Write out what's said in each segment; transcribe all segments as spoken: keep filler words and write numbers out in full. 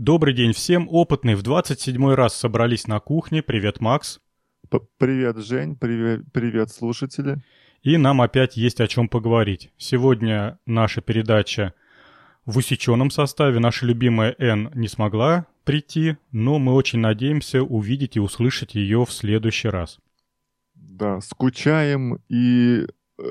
Добрый день всем. Опытные в двадцать седьмой раз собрались на кухне. Привет, Макс. П- Привет, Жень, привет, привет, слушатели. И нам опять есть о чем поговорить. Сегодня наша передача в усеченном составе. Наша любимая Н не смогла прийти, но мы очень надеемся увидеть и услышать ее в следующий раз. Да, скучаем и э,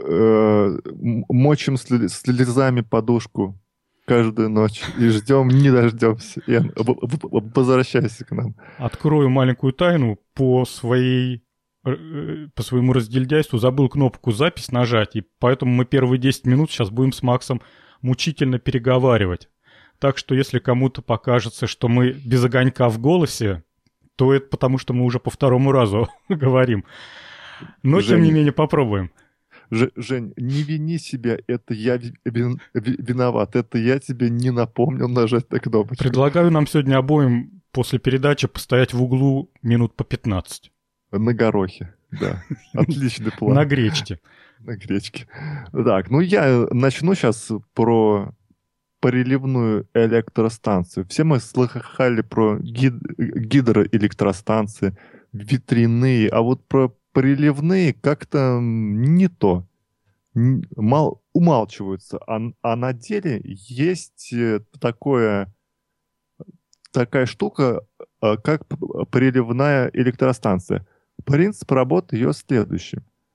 м- мочим сли- слезами подушку каждую ночь и ждем, не дождемся. Эн, в- в- в- возвращайся к нам. Открою маленькую тайну по своей э, по своему разгильдяйству. Забыл кнопку «Запись» нажать, и поэтому мы первые десять минут сейчас будем с Максом мучительно переговаривать. Так что если кому-то покажется, что мы без огонька в голосе, то это потому, что мы уже по второму разу говорим. Но, тем не Жень, менее, попробуем. Ж- Жень, не вини себя, это я ви- вин- ви- виноват, это я тебе не напомнил нажать на кнопочку. Предлагаю нам сегодня обоим после передачи постоять в углу минут по пятнадцать. На горохе, да. Отличный план. На гречке. На гречке. Так, ну я начну сейчас про переливную электростанцию. Все мы слыхали про гид- гидроэлектростанции, ветряные, а вот про переливные как-то не то. Н- Мал, умалчиваются. А, а на деле есть э, такое, такая штука, э, как п- переливная электростанция. Принцип работы ее следующий.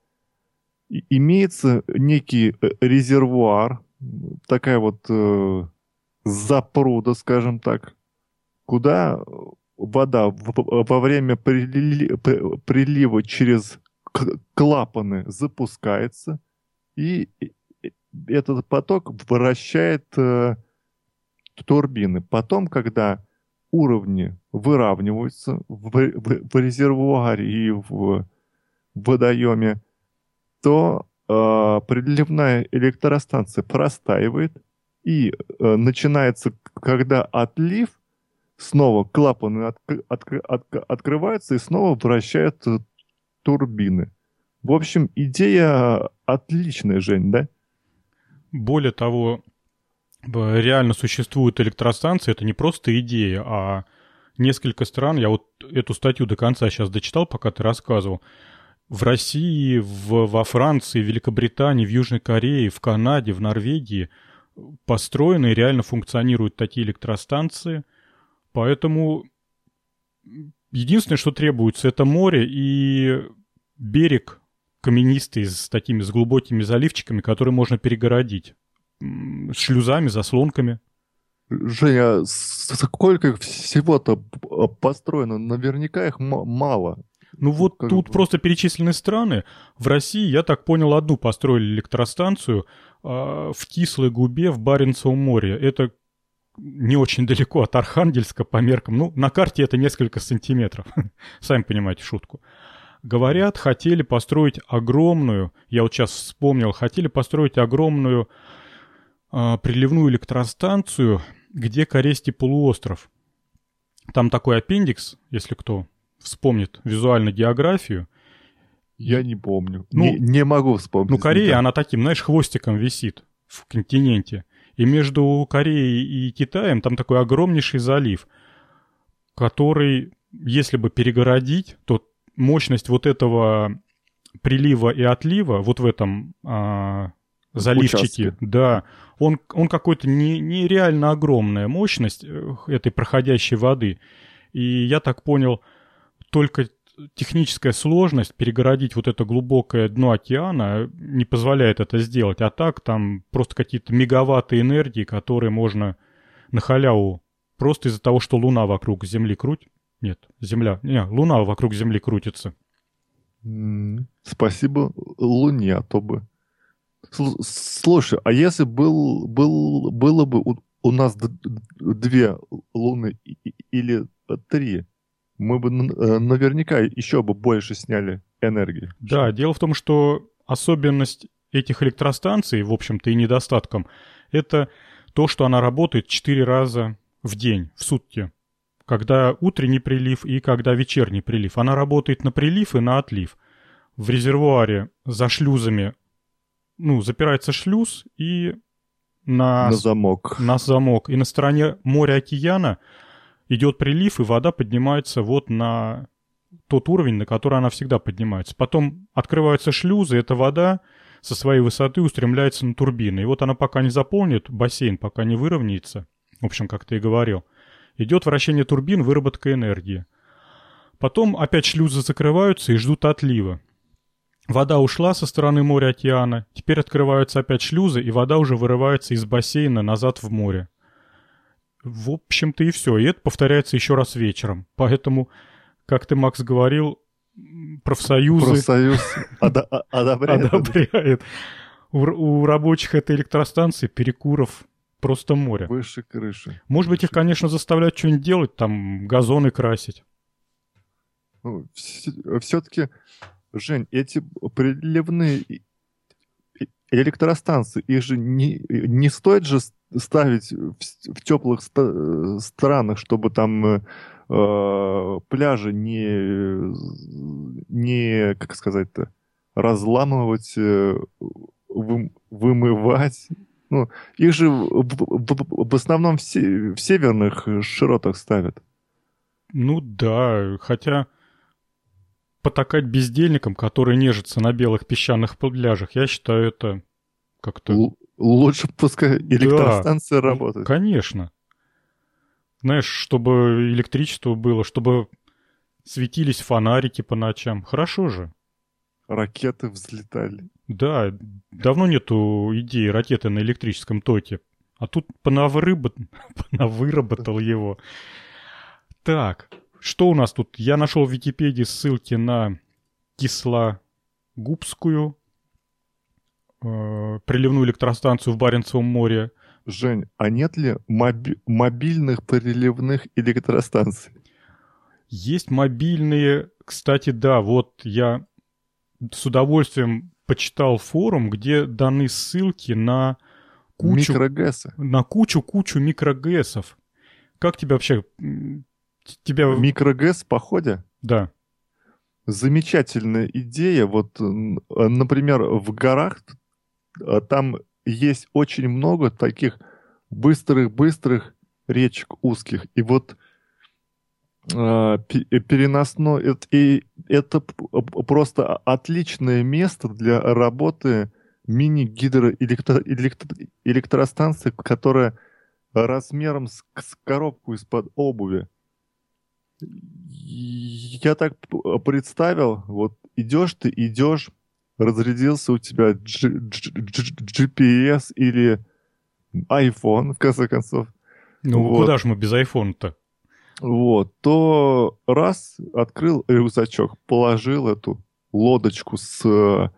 И- Имеется некий э, резервуар, такая вот э, запруда, скажем так, куда вода в- в- во время прили- п- прилива через к- клапаны запускается, и и- и этот поток вращает э, турбины. Потом, когда уровни выравниваются в, в- в резервуаре и в водоеме, то э, приливная электростанция простаивает, и э, начинается, когда отлив, снова клапаны отк- отк- отк- открываются и снова вращают э, турбины. В общем, идея отличная, Жень, да? Более того, б- реально существуют электростанции. Это не просто идея, а несколько стран. Я вот эту статью до конца сейчас дочитал, пока ты рассказывал. В России, в, во Франции, в Великобритании, в Южной Корее, в Канаде, в Норвегии построены и реально функционируют такие электростанции. Поэтому единственное, что требуется, это море и берег каменистый с такими, с глубокими заливчиками, которые можно перегородить. М, с шлюзами, заслонками. Женя, с- сколько их всего-то п- построено? Наверняка их м- мало. Ну вот Как тут бы- просто перечислены страны. В России, я так понял, одну построили электростанцию а, в Кислой губе в Баренцевом море. Это не очень далеко от Архангельска по меркам. Ну, на карте это несколько сантиметров. Сами понимаете шутку. Говорят, хотели построить огромную, я вот сейчас вспомнил, хотели построить огромную а, приливную электростанцию, где Корейский полуостров. Там такой аппендикс, если кто вспомнит визуально географию. Я не помню. Ну, не, не могу вспомнить. Ну, Корея, никак. она таким, знаешь, хвостиком висит в континенте. И между Кореей и Китаем там такой огромнейший залив, который, если бы перегородить, то мощность вот этого прилива и отлива вот в этом а, заливчике, Участке. да, он, он какой-то не- нереально огромная мощность э, этой проходящей воды. И я так понял, только техническая сложность перегородить вот это глубокое дно океана не позволяет это сделать. А так там просто какие-то мегаватты энергии, которые можно на халяву просто из-за того, что Луна вокруг Земли крутит. Нет, Земля. Не, Луна вокруг Земли крутится. М, Спасибо Луне, а то бы... Сл- Слушай, а если был, был, было бы у, у нас д- д- две Луны и- и- или три, мы бы н- э, наверняка еще бы больше сняли энергии. Да, дело в том, что особенность этих электростанций, в общем-то, и недостатком, это то, что она работает четыре раза в день, в сутки. Когда утренний прилив и когда вечерний прилив. Она работает на прилив и на отлив. В резервуаре за шлюзами, ну, запирается шлюз и на, На замок. на замок. И на стороне моря-океана идет прилив, и вода поднимается вот на тот уровень, на который она всегда поднимается. Потом открываются шлюзы, эта вода со своей высоты устремляется на турбины. И вот она пока не заполнит бассейн, пока не выровняется, в общем, как ты и говорил, идет вращение турбин, выработка энергии. Потом опять шлюзы закрываются и ждут отлива. Вода ушла со стороны моря-океана, теперь открываются опять шлюзы, и вода уже вырывается из бассейна назад в море. В общем-то и все. И это повторяется еще раз вечером. Поэтому, как ты, Макс, говорил, профсоюзы... Профсоюз одобряет. одобряет. У, у рабочих этой электростанции перекуров просто море. Выше крыши. Может быть, их, конечно, заставлять что-нибудь делать, там газоны красить. Ну, все-таки, Жень, эти приливные электростанции, их же не, не стоит же ставить в, в теплых ста- странах, чтобы там э, пляжи не, не, как сказать-то, разламывать, э, вы, вымывать. Ну, их же в, в, в основном в, се, в северных широтах ставят. Ну да, хотя потакать бездельникам, которые нежатся на белых песчаных пляжах, я считаю, это как-то... Л- лучше пускай электростанция да, работает. Конечно. Знаешь, чтобы электричество было, чтобы светились фонарики по ночам. Хорошо же. Ракеты взлетали. Да, давно нету идеи ракеты на электрическом токе. А тут понавырыб... понавыработал его. Так, что у нас тут? Я нашел в Википедии ссылки на Кислогубскую э, приливную электростанцию в Баренцевом море. Жень, а нет ли моби- мобильных приливных электростанций? Есть мобильные, кстати, да, вот я с удовольствием почитал форум, где даны ссылки на кучу... Микрогэсы. На кучу-кучу микрогэсов. Как тебе вообще... Тебя... Микрогэс в походе? Да. Замечательная идея. Вот, например, в горах там есть очень много таких быстрых-быстрых речек узких. И вот э, переносно... Это, и это просто отличное место для работы мини-гидроэлектростанции, которая размером с, с коробку из-под обуви. Я так представил, вот идешь ты, идешь, разрядился у тебя джи пи эс или iPhone, в конце концов. Ну, вот. Куда же мы без iPhone-то? Вот, то раз, открыл рюкзачок, положил эту лодочку с э,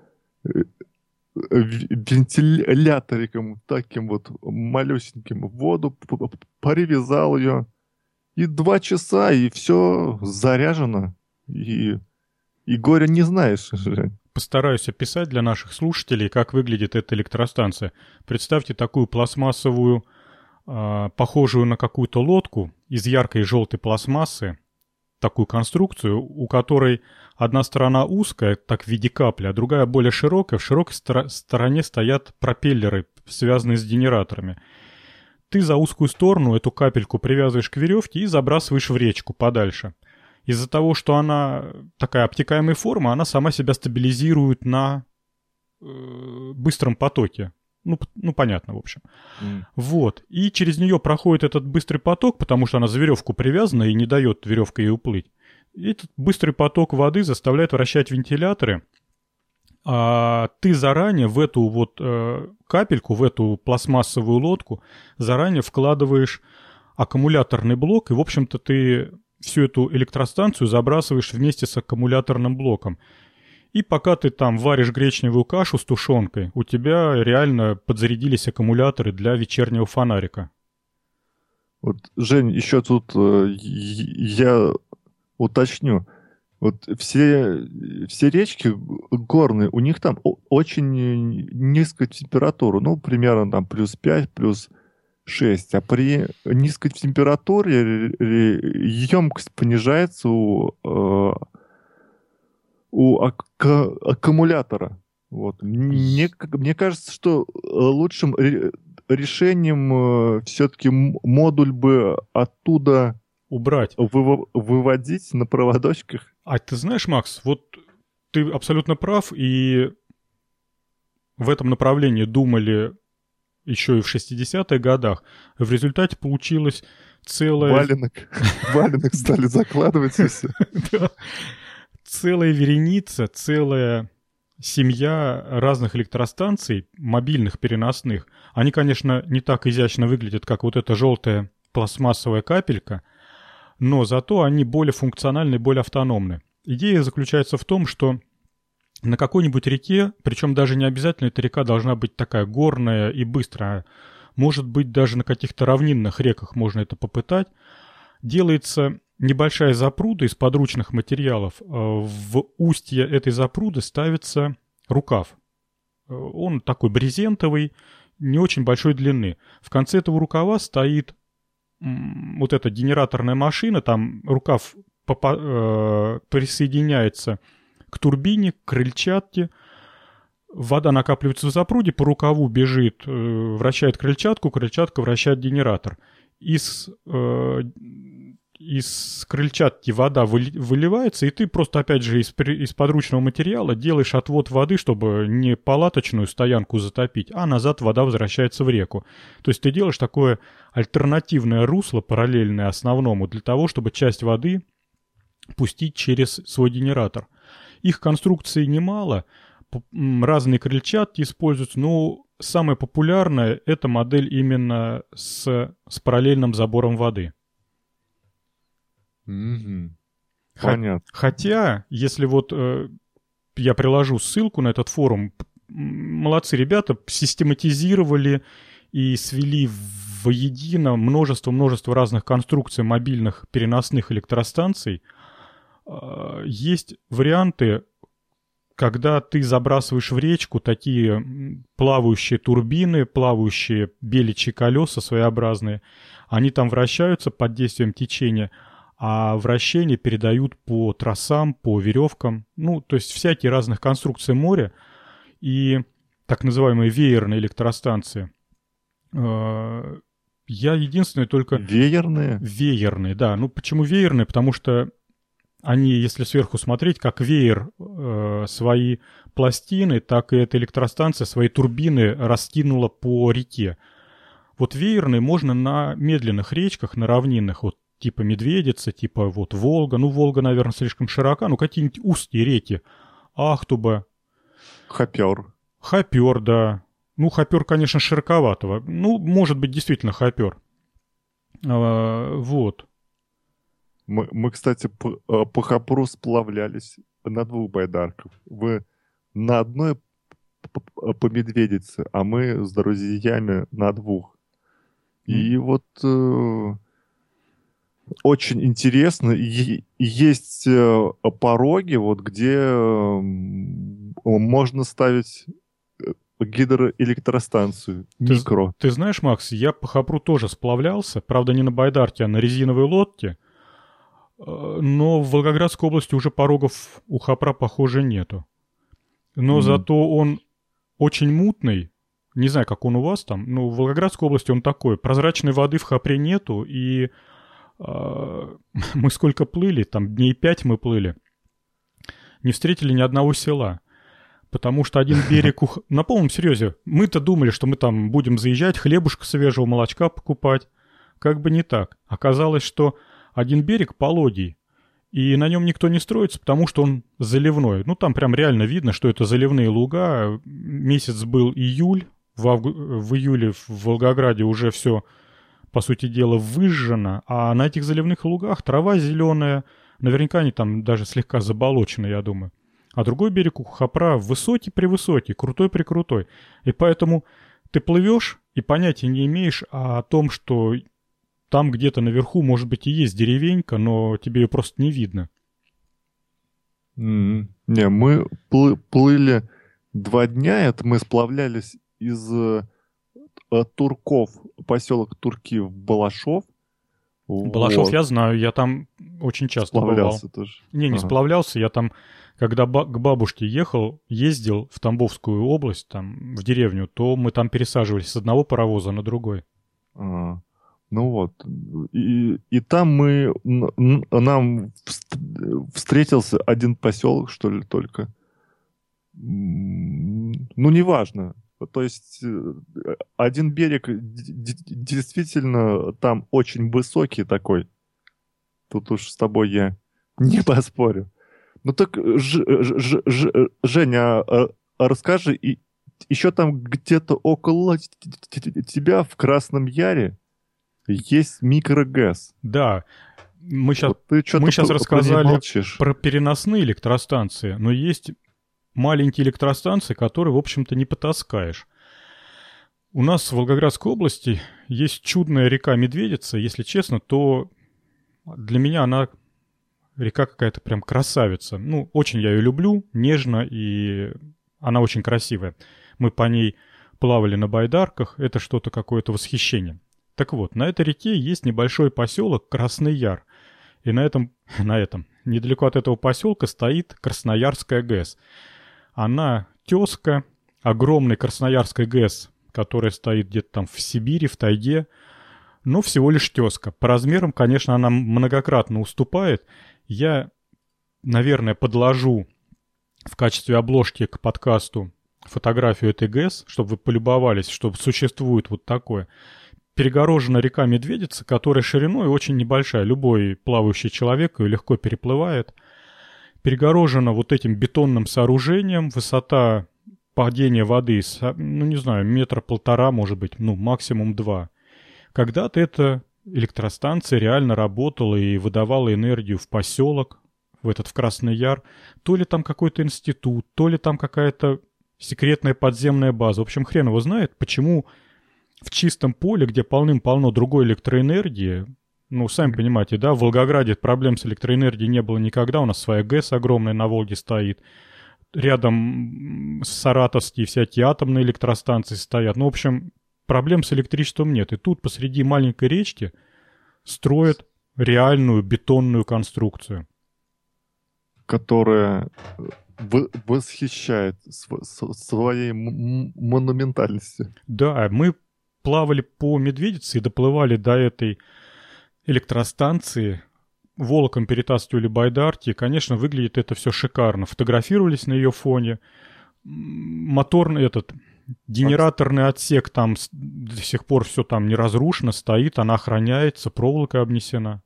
вентиляториком таким вот малюсеньким в воду, привязал ее. И два часа, и все заряжено. И, и горя не знаешь. Постараюсь описать для наших слушателей, как выглядит эта электростанция. Представьте такую пластмассовую, э, похожую на какую-то лодку из яркой желтой пластмассы, такую конструкцию, у которой одна сторона узкая, так в виде капли, а другая более широкая. В широкой стор- стороне стоят пропеллеры, связанные с генераторами. Ты за узкую сторону эту капельку привязываешь к веревке и забрасываешь в речку подальше. Из-за того, что она такая обтекаемой формы, она сама себя стабилизирует на э, быстром потоке. Ну, ну, понятно, в общем. Mm. Вот. И через нее проходит этот быстрый поток, потому что она за веревку привязана и не дает веревка ей уплыть. И этот быстрый поток воды заставляет вращать вентиляторы. А ты заранее в эту вот э, капельку, в эту пластмассовую лодку заранее вкладываешь аккумуляторный блок, и, в общем-то, ты всю эту электростанцию забрасываешь вместе с аккумуляторным блоком. И пока ты там варишь гречневую кашу с тушенкой, у тебя реально подзарядились аккумуляторы для вечернего фонарика. Вот, Жень, еще тут э, я уточню. Вот все, все речки горные, у них там очень низкая температура, ну, примерно там плюс пять, плюс шесть. А при низкой температуре емкость понижается у, у ак- аккумулятора. Вот. Мне, мне кажется, что лучшим решением все-таки модуль бы оттуда убрать. Вы, выводить на проводочках? А ты знаешь, Макс, вот ты абсолютно прав, и в этом направлении думали еще и в шестидесятых годах. В результате получилось целое... Валенок. Валенок стали закладывать и все. Целая вереница, целая семья разных электростанций, мобильных, переносных. Они, конечно, не так изящно выглядят, как вот эта желтая пластмассовая капелька, но зато они более функциональны, более автономны. Идея заключается в том, что на какой-нибудь реке, причем даже не обязательно эта река должна быть такая горная и быстрая, может быть, даже на каких-то равнинных реках можно это попытать, делается небольшая запруда из подручных материалов. В устье этой запруды ставится рукав. Он такой брезентовый, не очень большой длины. В конце этого рукава стоит вот эта генераторная машина, там рукав присоединяется к турбине, к крыльчатке, вода накапливается в запруде, по рукаву бежит, вращает крыльчатку, крыльчатка вращает генератор. Из, из крыльчатки вода выливается, и ты просто, опять же, из, из подручного материала делаешь отвод воды, чтобы не палаточную стоянку затопить, а назад вода возвращается в реку. То есть ты делаешь такое альтернативное русло, параллельное основному, для того, чтобы часть воды пустить через свой генератор. Их конструкции немало, разные крыльчатки используются, но самая популярная — это модель именно с, с параллельным забором воды. Mm-hmm. Понятно. Хотя, если вот э, я приложу ссылку на этот форум, молодцы ребята, систематизировали и свели воедино множество-множество разных конструкций мобильных переносных электростанций. Э, есть варианты, когда ты забрасываешь в речку такие плавающие турбины, плавающие беличьи колеса своеобразные, они там вращаются под действием течения, а вращение передают по тросам, по веревкам, ну, то есть всякие разных конструкций моря и так называемые веерные электростанции. Я единственное только... Веерные? Веерные, да. Ну, почему веерные? Потому что они, если сверху смотреть, как веер э, свои пластины, так и эта электростанция свои турбины раскинула по реке. Вот веерные можно на медленных речках, на равнинных, вот типа Медведица, типа вот Волга. Ну, Волга, наверное, слишком широка. Ну, какие-нибудь узкие реки. Ахтуба. Хопер. Хопер, да. Ну, Хопер, конечно, широковатого. Ну, может быть, действительно Хопер. А, вот. Мы, мы, кстати, по, по Хопру сплавлялись на двух байдарках. Вы на одной по, по Медведице, а мы с друзьями на двух. Mm. И вот э, очень интересно. И, и есть э, пороги, вот, где э, можно ставить гидроэлектростанцию, ты, микро. Ты знаешь, Макс, я по Хопру тоже сплавлялся. Правда, не на байдарке, а на резиновой лодке. Но в Волгоградской области уже порогов у Хопра, похоже, нету. Но mm-hmm. зато он очень мутный. Не знаю, как он у вас там, но в Волгоградской области он такой. Прозрачной воды в Хопре нету, и э, мы сколько плыли, там дней пять мы плыли, не встретили ни одного села. Потому что один берег... Ух... На полном серьезе. Мы-то думали, что мы там будем заезжать, хлебушка свежего, молочка покупать. Как бы не так. Оказалось, что один берег пологий, и на нем никто не строится, потому что он заливной. Ну, там прям реально видно, что это заливные луга. Месяц был июль. В, авгу... в июле в Волгограде уже все, по сути дела, выжжено. А на этих заливных лугах трава зеленая. Наверняка они там даже слегка заболочены, я думаю. А другой берег у Хопра высокий-превысокий, крутой-прикрутой. И поэтому ты плывешь и понятия не имеешь о том, что там где-то наверху, может быть, и есть деревенька, но тебе ее просто не видно. Mm-hmm. Не, мы плы- плыли два дня, это мы сплавлялись из э, Турков, поселок Турки в Балашов. Балашов вот. Я знаю, я там очень часто сплавлялся бывал. Тоже. Не, не ага. сплавлялся, я там, когда ба- к бабушке ехал, ездил в Тамбовскую область, там, в деревню, то мы там пересаживались с одного паровоза на другой. Ага. Ну вот. И, и там мы... н- Нам вст- встретился один поселок, что ли, только. М, Ну, неважно. То есть э, один берег д- д- действительно там очень высокий такой. Тут уж с тобой я не поспорю. Ну так, Ж- Ж- Ж- Ж- Женя, а- а расскажи, и еще там где-то около т- т- т- тебя в Красном Яре есть микрогэс. Да, мы сейчас, Вот ты мы что-то сейчас про, про нее рассказали молчишь. про переносные электростанции, но есть маленькие электростанции, которые, в общем-то, не потаскаешь. У нас в Волгоградской области есть чудная река Медведица. Если честно, то для меня она река какая-то прям красавица. Ну, очень я ее люблю, нежно, и она очень красивая. Мы по ней плавали на байдарках, это что-то какое-то восхищение. Так вот, на этой реке есть небольшой поселок Красный Яр. И на этом, на этом, недалеко от этого поселка стоит Красноярская ГЭС. Она тезка огромной Красноярской ГЭС, которая стоит где-то там в Сибири, в тайге, но всего лишь тезка. По размерам, конечно, она многократно уступает. Я, наверное, подложу в качестве обложки к подкасту фотографию этой ГЭС, чтобы вы полюбовались, что существует вот такое. Перегорожена река Медведица, которая шириной очень небольшая. Любой плавающий человек ее легко переплывает. Перегорожена вот этим бетонным сооружением. Высота падения воды, ну не знаю, метра полтора, может быть, ну максимум два. Когда-то эта электростанция реально работала и выдавала энергию в поселок, в этот, в Красный Яр. То ли там какой-то институт, то ли там какая-то секретная подземная база. В общем, хрен его знает, почему в чистом поле, где полным-полно другой электроэнергии, ну, сами понимаете, да, в Волгограде проблем с электроэнергией не было никогда, у нас своя ГЭС огромная на Волге стоит, рядом саратовские всякие атомные электростанции стоят, ну, в общем, проблем с электричеством нет. И тут посреди маленькой речки строят реальную бетонную конструкцию. Которая восхищает своей монументальностью. Да, мы плавали по Медведице и доплывали до этой электростанции, волоком перетаскивали байдарки. Конечно, выглядит это все шикарно. Фотографировались на ее фоне. Моторный этот генераторный отсек там до сих пор все там не разрушено, стоит, она охраняется, проволокой обнесена.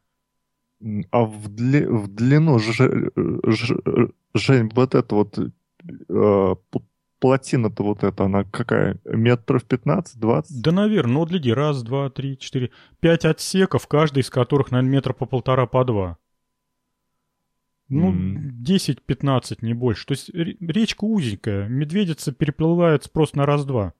А в, дли, в длину, ж, ж, Жень, вот это вот э, плотина-то вот эта, она какая? Метров пятнадцать-двадцать? Да, наверное, ну, гляди, раз, два, три, четыре, пять отсеков, каждый из которых, наверное, метра по полтора, по два. Ну, mm. десять-пятнадцать, не больше. То есть речка узенькая, Медведица переплывается просто на раз-два.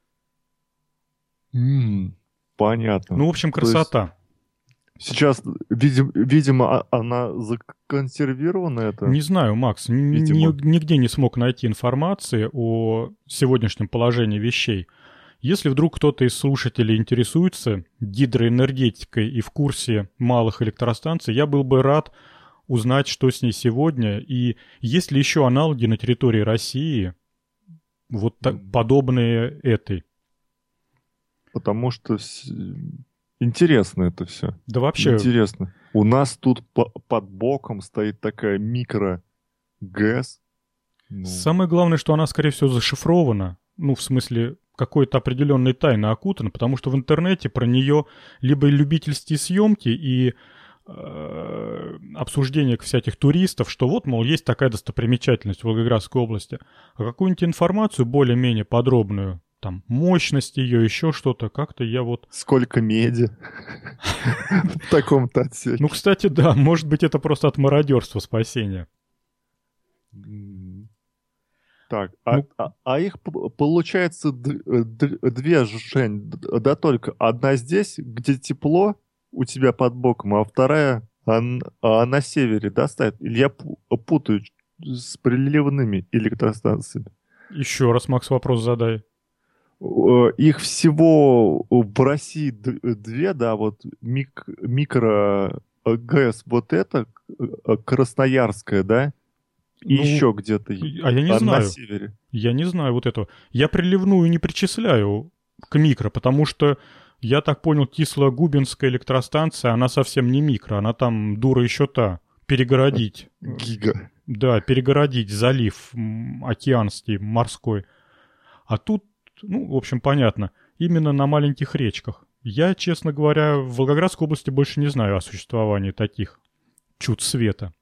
Mm. Понятно. Ну, в общем, красота. Сейчас, видим, видимо, она законсервирована, это? Не знаю, Макс, ни, нигде не смог найти информации о сегодняшнем положении вещей. Если вдруг кто-то из слушателей интересуется гидроэнергетикой и в курсе малых электростанций, я был бы рад узнать, что с ней сегодня, и есть ли еще аналоги на территории России, вот так, mm. подобные этой. Потому что... Интересно это все. Да вообще... Интересно. У нас тут по- под боком стоит такая микро-ГЭС. Ну... Самое главное, что она, скорее всего, зашифрована. Ну, в смысле, какой-то определенной тайной окутана, потому что в интернете про нее либо любительские съемки и э, обсуждения всяких туристов, что вот, мол, есть такая достопримечательность в Волгоградской области. А какую-нибудь информацию более-менее подробную, там, мощность ее, еще что-то, как-то я вот... Сколько меди в таком-то отсеке. Ну, кстати, да, может быть, это просто от мародерства спасения. Так, а, ну, а, а их, получается, две, Жень, да только. Одна здесь, где тепло у тебя под боком, а вторая а, а на севере, да, стоит? Или я путаю с приливными электростанциями? Еще раз, Макс, вопрос задай. Их всего в России две, да, вот мик, микро-ГЭС, вот это, Красноярская, да, и ну, еще где-то. А я не а знаю. На севере. Я не знаю вот этого. Я приливную не причисляю к микро, потому что Я так понял, Кисло-Губинская электростанция, она совсем не микро, она там дура еще та. Перегородить. Гига. Да, перегородить залив океанский, морской. А тут, ну, в общем, понятно, именно на маленьких речках. Я, честно говоря, в Волгоградской области больше не знаю о существовании таких чуд света.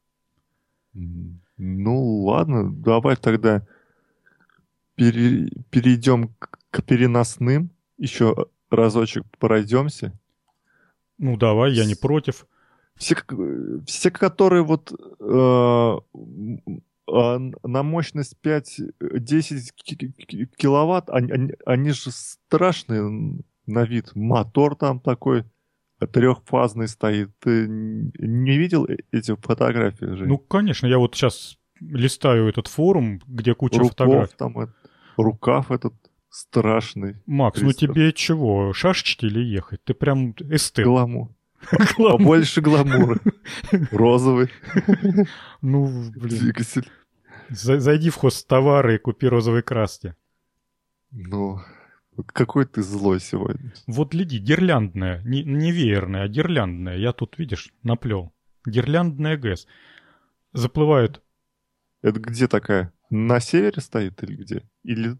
Ну, ладно, давай тогда пере, перейдем к переносным. Еще разочек пройдемся. Ну, давай, я не против. Все, все которые вот э, э, на мощность пять-десять киловатт, они, они, они же страшные на вид. Мотор там такой трехфазный стоит. Ты не видел эти фотографии, Жень? Ну, конечно, я вот сейчас листаю этот форум, где куча Рукав фотографий. Там, рукав этот страшный. Макс, пристав. Ну тебе чего, шашечки или ехать? Ты прям эстет. Гламур. Побольше гламура. Розовый. Ну, блин. Двигатель. Зайди в хозтовары и купи розовой краски. Ну, какой ты злой сегодня. Вот гляди, гирляндная, не, не веерная, а гирляндная. Я тут, видишь, наплел. Гирляндная ГЭС. Заплывают. Это где такая? На севере стоит или где? Или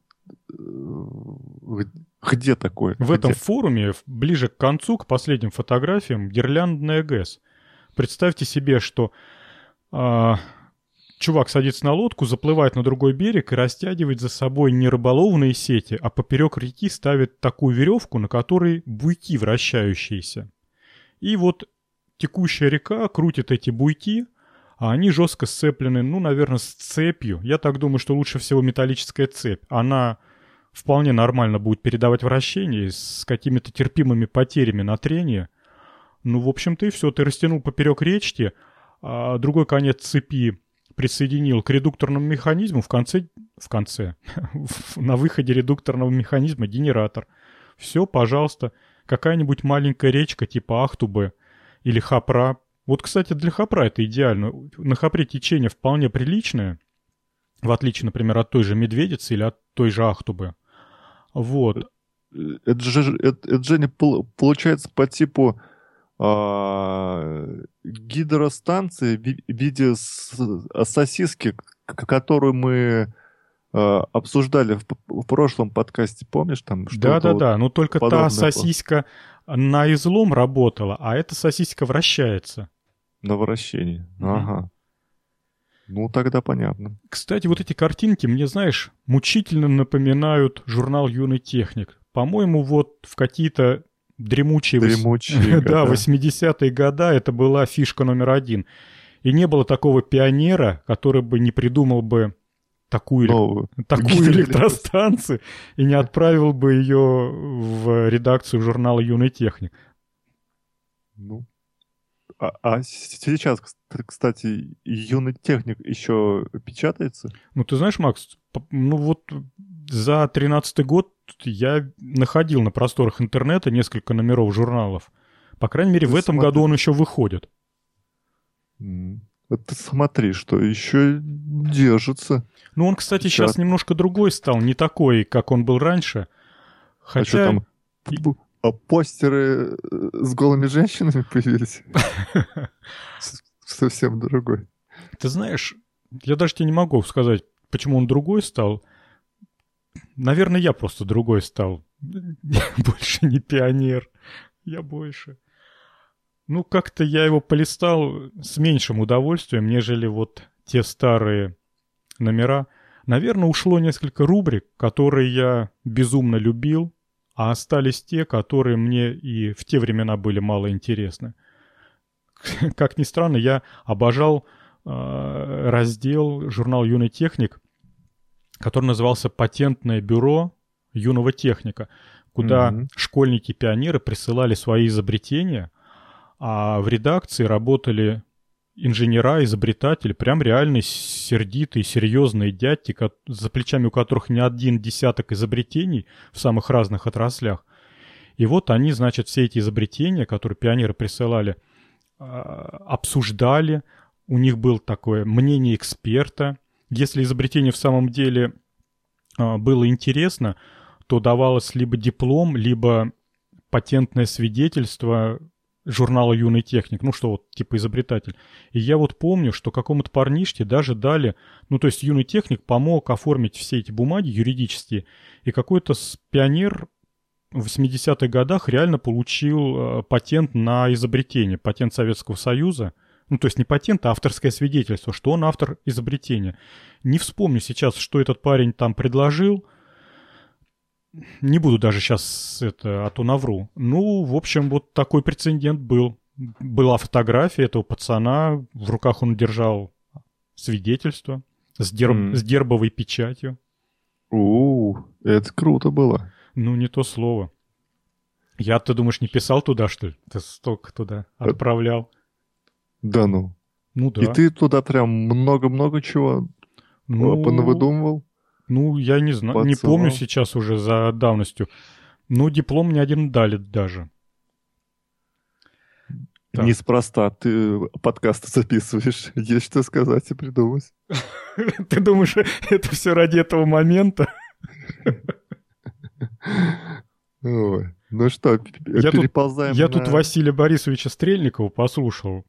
где такое? В где? этом форуме, ближе к концу, к последним фотографиям, гирляндная ГЭС. Представьте себе, что а, чувак садится на лодку, заплывает на другой берег и растягивает за собой не рыболовные сети, а поперек реки ставит такую веревку, на которой буйки вращающиеся. И вот текущая река крутит эти буйки, а они жестко сцеплены, ну, наверное, с цепью. Я так думаю, что лучше всего металлическая цепь. Она вполне нормально будет передавать вращение с какими-то терпимыми потерями на трение. Ну, в общем-то, и все. Ты растянул поперек речки, а другой конец цепи присоединил к редукторному механизму. В конце, в конце, на выходе редукторного механизма генератор. Все, пожалуйста. Какая-нибудь маленькая речка типа Ахтубы или Хапра. Вот, кстати, для Хапра это идеально. На Хапре течение вполне приличное, в отличие, например, от той же Медведицы или от той же Ахтубы. Вот. Это же, это, это же не получается по типу а, гидростанции в виде сосиски, которую мы а, обсуждали в, в прошлом подкасте, помнишь? Там Да-да-да, вот но только та сосиска было. На излом работала, а эта сосиска вращается. На вращении, mm-hmm. Ага. Ну, тогда понятно. Кстати, вот эти картинки мне, знаешь, мучительно напоминают журнал «Юный техник». По-моему, вот в какие-то дремучие... Дремучие Да, восьмидесятые годы это была фишка номер один. И не было такого пионера, который бы не придумал бы такую, Новую. такую электростанцию и не отправил бы ее в редакцию журнала «Юный техник». Ну... А, а сейчас, кстати, юный техник еще печатается? Ну, ты знаешь, Макс, ну вот за тринадцатый год я находил на просторах интернета несколько номеров журналов. По крайней мере, ты в этом смотри. году он еще выходит. Ты смотри, что еще держится. Ну, он, кстати, сейчас, сейчас немножко другой стал, не такой, как он был раньше. Хотя... А что там? А постеры с голыми женщинами появились? Совсем другой. Ты знаешь, я даже тебе не могу сказать, почему он другой стал. Наверное, я просто другой стал. Я больше не пионер. Я больше. Ну, как-то я его полистал с меньшим удовольствием, нежели вот те старые номера. Наверное, ушло несколько рубрик, которые я безумно любил. А остались те, которые мне и в те времена были мало интересны. Как ни странно, я обожал э, раздел журнал «Юный техник», который назывался «Патентное бюро юного техника», куда mm-hmm. школьники-пионеры присылали свои изобретения, а в редакции работали инженера, изобретатели, прям реальные сердитые, серьезные дядьки, за плечами у которых не один десяток изобретений в самых разных отраслях. И вот они, значит, все эти изобретения, которые пионеры присылали, обсуждали. У них было такое мнение эксперта. Если изобретение в самом деле было интересно, то давалось либо диплом, либо патентное свидетельство журнала «Юный техник», ну что вот, типа изобретатель. И я вот помню, что какому-то парнишке даже дали, ну то есть «Юный техник» помог оформить все эти бумаги юридические, и какой-то пионер в восьмидесятых годах реально получил э, патент на изобретение, патент Советского Союза. Ну, то есть не патент, а авторское свидетельство, что он автор изобретения. Не вспомню сейчас, что этот парень там предложил. Не буду даже сейчас это, а то навру. Ну, в общем, вот такой прецедент был. Была фотография этого пацана, в руках он держал свидетельство с, дерб, mm. с гербовой печатью. У, это круто было. Ну, не то слово. Я, ты думаешь, не писал туда, что ли? Ты столько туда отправлял. Да ну. Ну да. И ты туда прям много-много чего ну, понавыдумывал? Ну, я не знаю, не помню сейчас уже за давностью. Ну, диплом мне один дали даже. Так. Неспроста ты подкасты записываешь. Есть что сказать и придумать. Ты думаешь, это все ради этого момента? Ой. Ну что, переползаем Я на... тут Василия Борисовича Стрельникова послушал.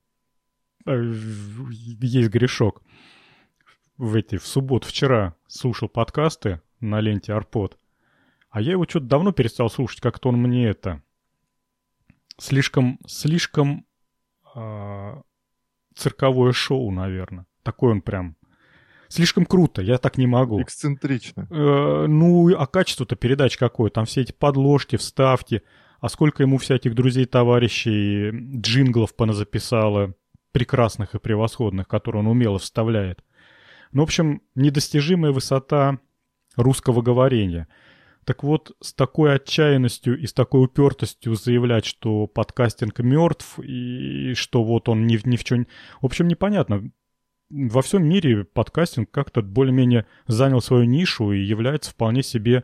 Есть грешок. В эти, в субботу, вчера слушал подкасты на ленте Арпод. А я его что-то давно перестал слушать. Как-то он мне это... Слишком, слишком э, цирковое шоу, наверное. Такой он прям... Слишком круто, я так не могу. Эксцентрично. Э, ну, а качество-то передач какое? Там все эти подложки, вставки. А сколько ему всяких друзей, товарищей, джинглов поназаписало, прекрасных и превосходных, которые он умело вставляет. Ну, в общем, недостижимая высота русского говорения. Так вот, с такой отчаянностью и с такой упертостью заявлять, что подкастинг мертв, и что вот он ни, ни в чем... В общем, непонятно. Во всем мире подкастинг как-то более-менее занял свою нишу и является вполне себе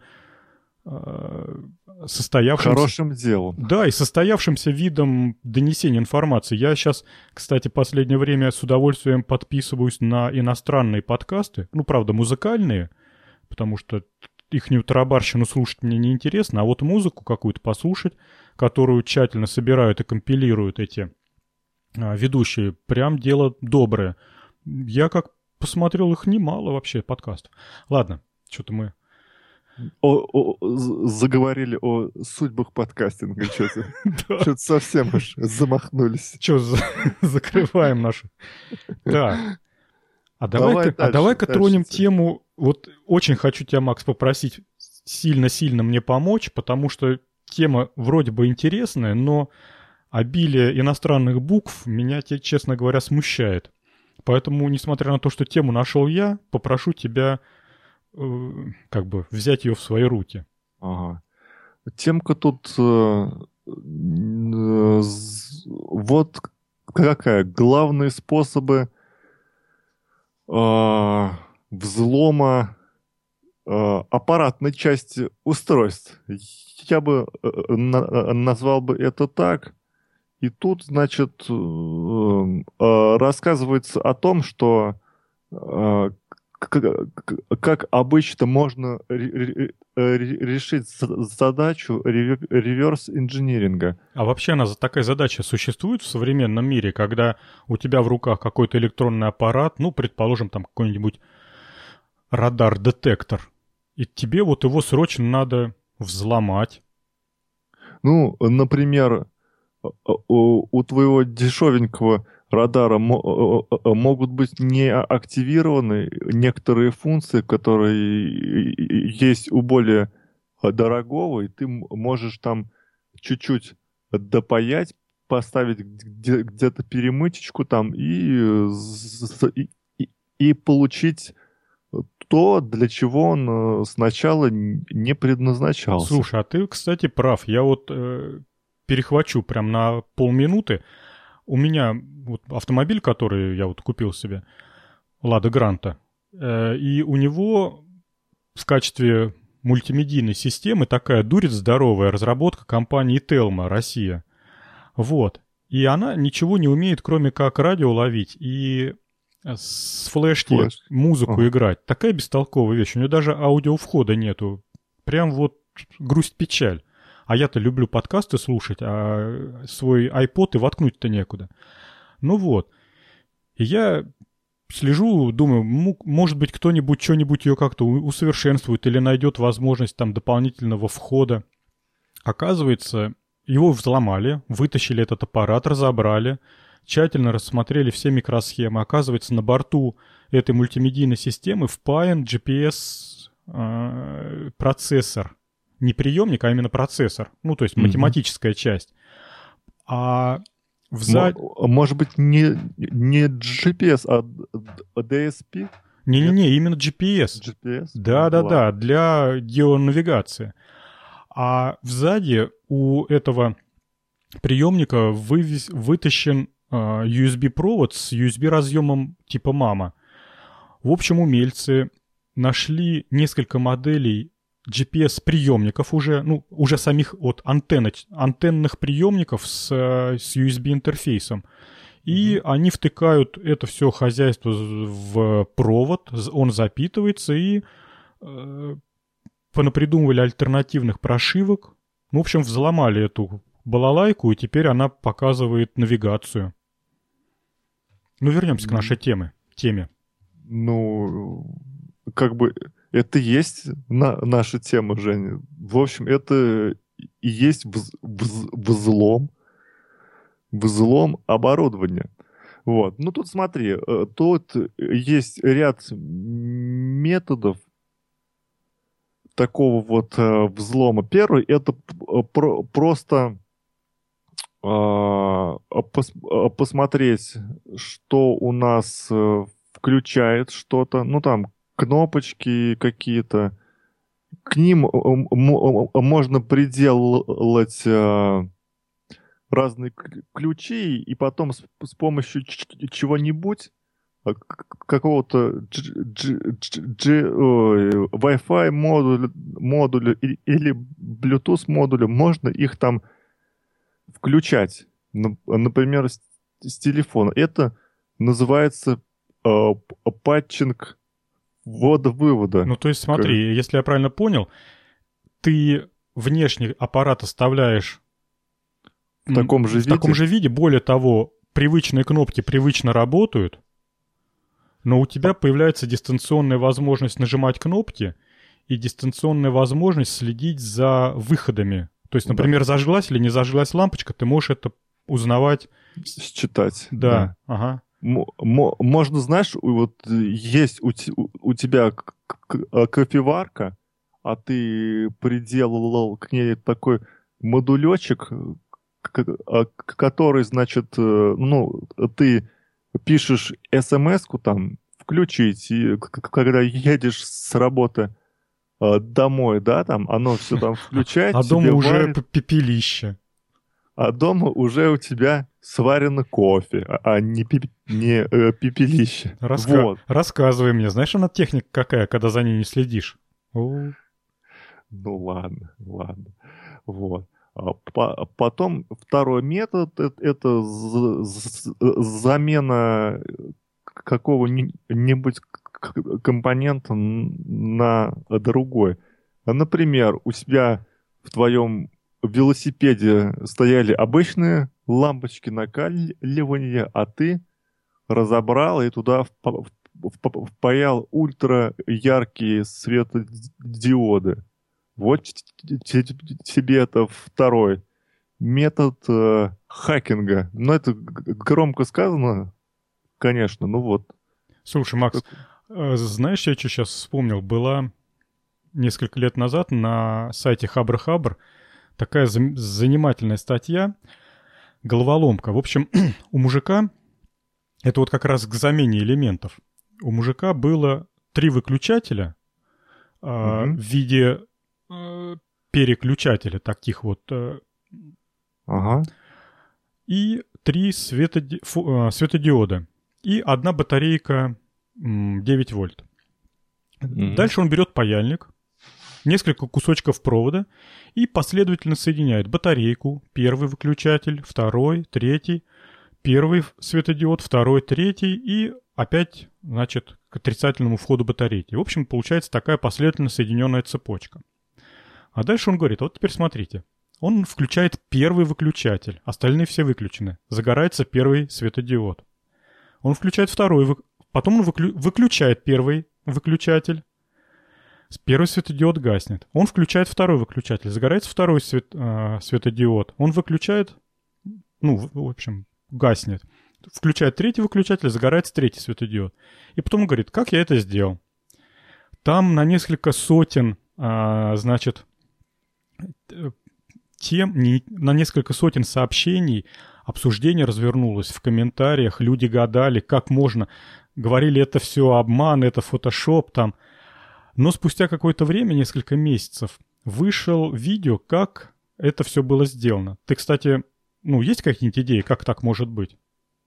э, состоявшимся... Хорошим делом. Да, и состоявшимся видом донесения информации. Я сейчас, кстати, последнее время с удовольствием подписываюсь на иностранные подкасты. Ну, правда, музыкальные, потому что ихнюю тарабарщину слушать мне неинтересно, а вот музыку какую-то послушать, которую тщательно собирают и компилируют эти а, ведущие, прям дело доброе. Я как посмотрел, их немало вообще подкастов. Ладно, что-то мы... О, о, заговорили о судьбах подкастинга, что-то. Что-то совсем уж замахнулись. Что, закрываем нашу... Так. А давай-ка а давай-ка тронем тему... Вот очень хочу тебя, Макс, попросить сильно-сильно мне помочь, потому что тема вроде бы интересная, но обилие иностранных букв меня, честно говоря, смущает. Поэтому, несмотря на то, что тему нашел я, попрошу тебя э, как бы взять ее в свои руки. Ага. Темка тут э, э, вот какая. Главные способы э, взлома э, аппаратной части устройств. Я бы э, на, назвал бы это так. И тут, значит, э, э, рассказывается о том, что э, как обычно можно решить задачу реверс-инжиниринга. А вообще она такая задача существует в современном мире, когда у тебя в руках какой-то электронный аппарат, ну, предположим, там какой-нибудь радар-детектор, и тебе вот его срочно надо взломать? Ну, например, у, у твоего дешевенького радара могут быть не активированы некоторые функции, которые есть у более дорогого, и ты можешь там чуть-чуть допаять, поставить где-то перемычечку там и, и, и получить то, для чего он сначала не предназначался. Слушай, а ты, кстати, прав. Я вот э, перехвачу прям на полминуты. У меня вот автомобиль, который я вот купил себе, Лада Гранта, э, и у него в качестве мультимедийной системы такая дурит здоровая разработка компании Telma, Россия. Вот. И она ничего не умеет, кроме как радио ловить и с флешки Флеш. музыку ага. играть. Такая бестолковая вещь. У нее даже аудиовхода нету. Прям вот грусть-печаль. А я-то люблю подкасты слушать, а свой iPod и воткнуть-то некуда. Ну вот. И я слежу, думаю, может быть, кто-нибудь что-нибудь ее как-то усовершенствует или найдет возможность там дополнительного входа. Оказывается, его взломали, вытащили этот аппарат, разобрали, тщательно рассмотрели все микросхемы. Оказывается, на борту этой мультимедийной системы впаян джи пи эс-процессор. Не приемник, а именно процессор. Ну, то есть mm-hmm. математическая часть. А взад... Может быть, не, не джи пи эс, а ди эс пи? Не-не-не, именно джи пи эс. джи пи эс? Да-да-да, для геонавигации. А сзади у этого приемника вывез, вытащен uh, ю эс би-провод с ю эс би-разъемом типа мама. В общем, умельцы нашли несколько моделей джи пи эс-приемников уже, ну, уже самих вот антенны, антенных приемников с, с ю эс би-интерфейсом. И mm-hmm. они втыкают это все хозяйство в провод, он запитывается, и э, понапридумывали альтернативных прошивок. Ну, в общем, взломали эту балалайку, и теперь она показывает навигацию. Ну, вернемся mm-hmm. к нашей теме, теме. Ну, как бы... Это и есть на, наша тема, Женя. В общем, это и есть вз, вз, взлом, взлом оборудования. Вот. Ну, тут смотри, тут есть ряд методов такого вот взлома. Первый — это про, просто э, пос, посмотреть, что у нас включает что-то. Ну, там, кнопочки какие-то. К ним можно приделать разные ключи, и потом с, с помощью чего-нибудь, какого-то Wi-Fi модуля, модуля или Bluetooth модуля, можно их там включать. Например, с, с телефона. Это называется э, патчинг ввода-вывода. Ну, то есть, смотри, как... если я правильно понял, ты внешний аппарат оставляешь в таком же в виде. В таком же виде. Более того, привычные кнопки привычно работают, но у тебя появляется дистанционная возможность нажимать кнопки и дистанционная возможность следить за выходами. То есть, например, да. зажглась или не зажглась лампочка, ты можешь это узнавать. Считать. Да, да. ага. Можно, знаешь, вот есть у, у тебя кофеварка, а ты приделал к ней такой модулечек, который, значит, ну, ты пишешь смс-ку там, включить, и когда едешь с работы домой, да, там, оно все там включает. А дома уже пепелище. А дома уже у тебя сварено кофе, а не, пип... не э, пепелище. Раска... Вот. Рассказывай мне. Знаешь, она техника какая, когда за ней не следишь? О. Ну ладно, ладно. Вот. А по- потом второй метод — это замена какого-нибудь компонента на другой. Например, у тебя в твоем в велосипеде стояли обычные лампочки накаливания, а ты разобрал и туда впаял ультра яркие светодиоды. Вот тебе это второй метод э, хакинга. Но это громко сказано, конечно, ну вот. Слушай, Макс, как... знаешь, я что сейчас вспомнил? Была несколько лет назад на сайте Хабр-Хабр такая занимательная статья, головоломка. В общем, у мужика, это вот как раз к замене элементов, у мужика было три выключателя э, mm-hmm. в виде э, переключателя, таких вот, э, ага. и три светоди... Фу, э, светодиода, и одна батарейка м, девять вольт. Mm-hmm. Дальше он берет паяльник, несколько кусочков провода и последовательно соединяет батарейку, первый выключатель, второй, третий, первый светодиод, второй, третий и опять, значит, к отрицательному входу батарейки. В общем, получается такая последовательно соединенная цепочка. А дальше он говорит, вот теперь смотрите, Он включает первый выключатель, остальные все выключены. Загорается первый светодиод. Он включает второй, вы... потом он выклю... выключает первый выключатель. Первый светодиод гаснет. Он включает второй выключатель, загорается второй свет... э, светодиод. Он выключает, ну, в общем, гаснет. Включает третий выключатель, загорается третий светодиод. И потом он говорит, как я это сделал? Там на несколько сотен, э, значит, тем, не, на несколько сотен сообщений обсуждение развернулось в комментариях. Люди гадали, как можно. Говорили, это все обман, это фотошоп там. Но спустя какое-то время, несколько месяцев, вышел видео, как это все было сделано. Ты, кстати, ну, есть какие-нибудь идеи, как так может быть?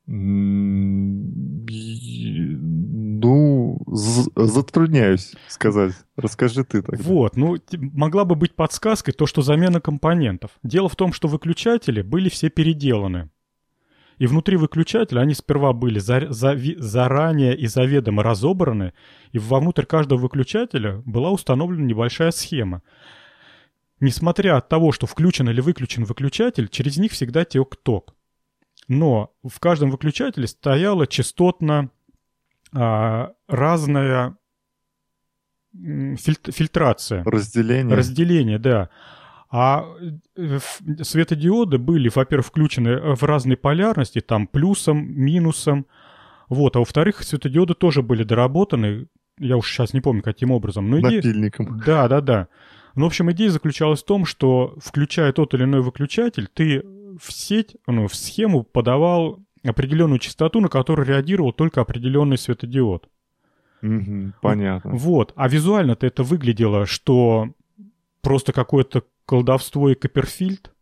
Ну, затрудняюсь сказать. Расскажи ты тогда. Вот, ну, могла бы быть подсказкой то, что замена компонентов. Дело в том, что выключатели были все переделаны. И внутри выключателя они сперва были за, за, заранее и заведомо разобраны, и вовнутрь каждого выключателя была установлена небольшая схема. Несмотря от того, что включен или выключен выключатель, через них всегда тек ток. Но в каждом выключателе стояла частотно а, разная филь, фильтрация. Разделение. Разделение, да. А светодиоды были, во-первых, включены в разной полярности, там плюсом, минусом. Вот. А во-вторых, светодиоды тоже были доработаны, я уж сейчас не помню, каким образом. Но идея... Напильником. Да, да, да. Ну, в общем, идея заключалась в том, что, включая тот или иной выключатель, ты в сеть, ну, в схему подавал определенную частоту, на которую реагировал только определенный светодиод. Угу, понятно. Вот. А визуально-то это выглядело, что просто какое-то колдовство и Копперфильд.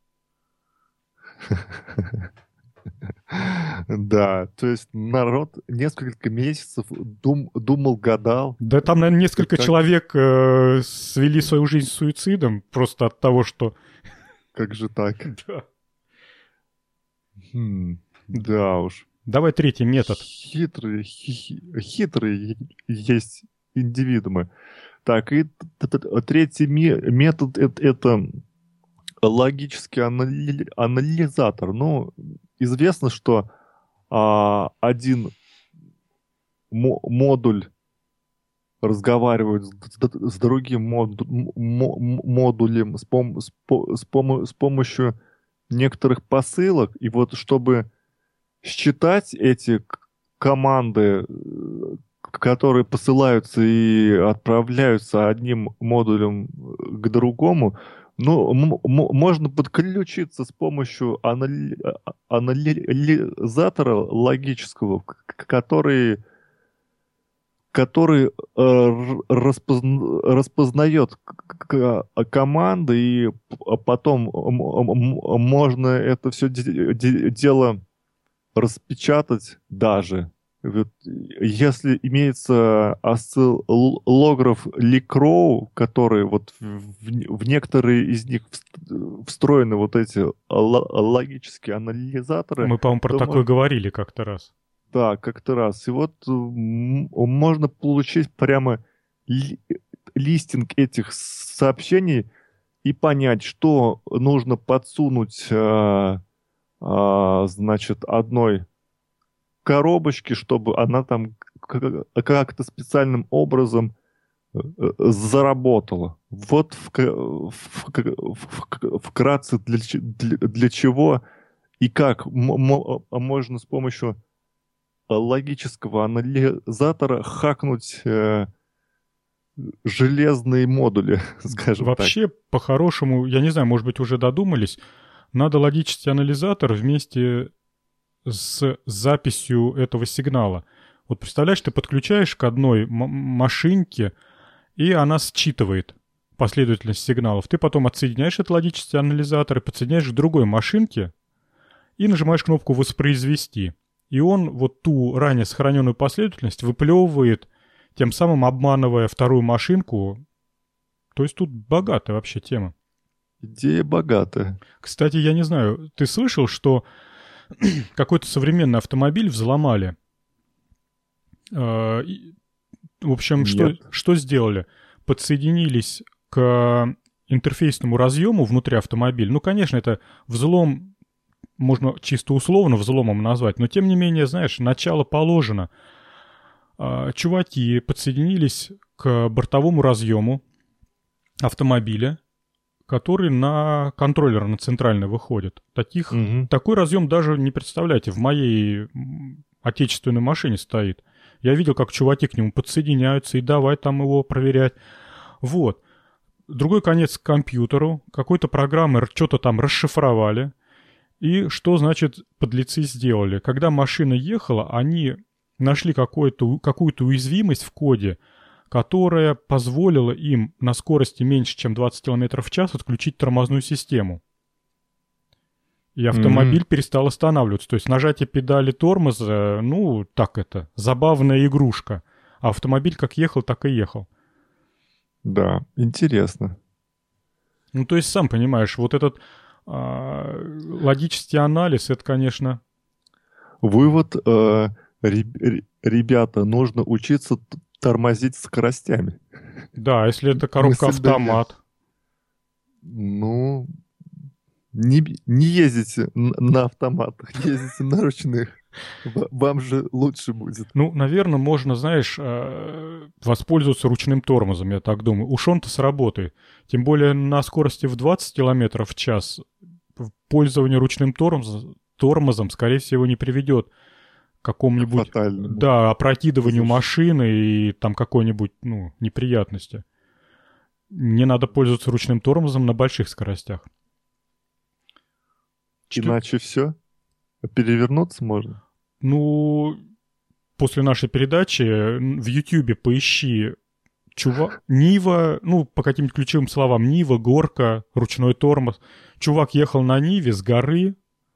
Да, то есть народ несколько месяцев дум, думал, гадал. Да там, наверное, несколько как... человек э, свели свою жизнь с суицидом просто от того, что... Как же так? Да. Хм, да уж. Давай третий метод. Хитрые, хитрые есть индивидуумы. Так, и третий метод — это логический анализатор. Ну, известно, что а, один модуль разговаривает с, с другим моду, модулем с, пом, с, с, пом, с помощью некоторых посылок. И вот чтобы считать эти команды, которые посылаются и отправляются одним модулем к другому, ну, м- м- можно подключиться с помощью анали- анализатора логического, который, который э, распозна- распознает к- команды, и потом м- м- можно это все де- де- дело распечатать даже. Вот, если имеется осциллограф Ли Кроу, который вот в, в некоторые из них встроены вот эти логические анализаторы. Мы, по-моему, про такое можно... говорили как-то раз. Да, как-то раз. И вот можно получить прямо ли, листинг этих сообщений и понять, что нужно подсунуть, а, а, значит, одной коробочки, чтобы она там как-то специальным образом заработала. Вот в, в, в, вкратце для, для, для чего и как м- можно с помощью логического анализатора хакнуть э, железные модули, скажем так. Вообще, по-хорошему, я не знаю, может быть, уже додумались, надо логический анализатор вместе с записью этого сигнала. Вот представляешь, ты подключаешь к одной м- машинке, и она считывает последовательность сигналов. Ты потом отсоединяешь этот логический анализатор и подсоединяешь к другой машинке и нажимаешь кнопку «Воспроизвести». И он вот ту ранее сохраненную последовательность выплевывает, тем самым обманывая вторую машинку. То есть тут богатая вообще тема. Идея богатая. Кстати, я не знаю, ты слышал, что какой-то современный автомобиль взломали. В общем, что, что сделали? Подсоединились к интерфейсному разъему внутри автомобиля, ну, конечно, это взлом, можно чисто условно взломом назвать, но тем не менее, знаешь, начало положено. Чуваки подсоединились к бортовому разъему автомобиля, который на контроллер, на центральный выходит. Таких, Мгм. Такой разъем даже не представляете, в моей м, отечественной машине стоит. Я видел, как чуваки к нему подсоединяются, и давай там его проверять. Вот. Другой конец к компьютеру, какой-то программер что-то там расшифровали. И что, значит, подлецы сделали? Когда машина ехала, они нашли какую-то, какую-то уязвимость в коде, которая позволила им на скорости меньше, чем двадцать километров в час отключить тормозную систему. И автомобиль Мгм. перестал останавливаться. То есть нажатие педали тормоза, ну, так это, забавная игрушка. А автомобиль как ехал, так и ехал. Да, интересно. Ну, то есть, сам понимаешь, вот этот а, логический анализ, это, конечно... Вывод, э, реб- ре- ребята, нужно учиться т- тормозить скоростями. Да, если это коробка Мысль да автомат. Ну, не, б- не ездите н- на автоматах, ездите на ручных. В- Вам же лучше будет. Ну, наверное, можно, знаешь, э, воспользоваться ручным тормозом, я так думаю. Уж он-то сработает. Тем более на скорости в двадцать километров в час пользование ручным тормозом, тормозом скорее всего, не приведет к какому-нибудь, Фатальному. да, опрокидыванию Слушай. машины и там какой-нибудь, ну, неприятности. Не надо пользоваться ручным тормозом на больших скоростях. Что- Иначе все. Перевернуться можно. Ну, после нашей передачи н- в Ютьюбе поищи чувак, Нива, ну, по каким-то ключевым словам, Нива, горка, ручной тормоз. Чувак ехал на Ниве с горы,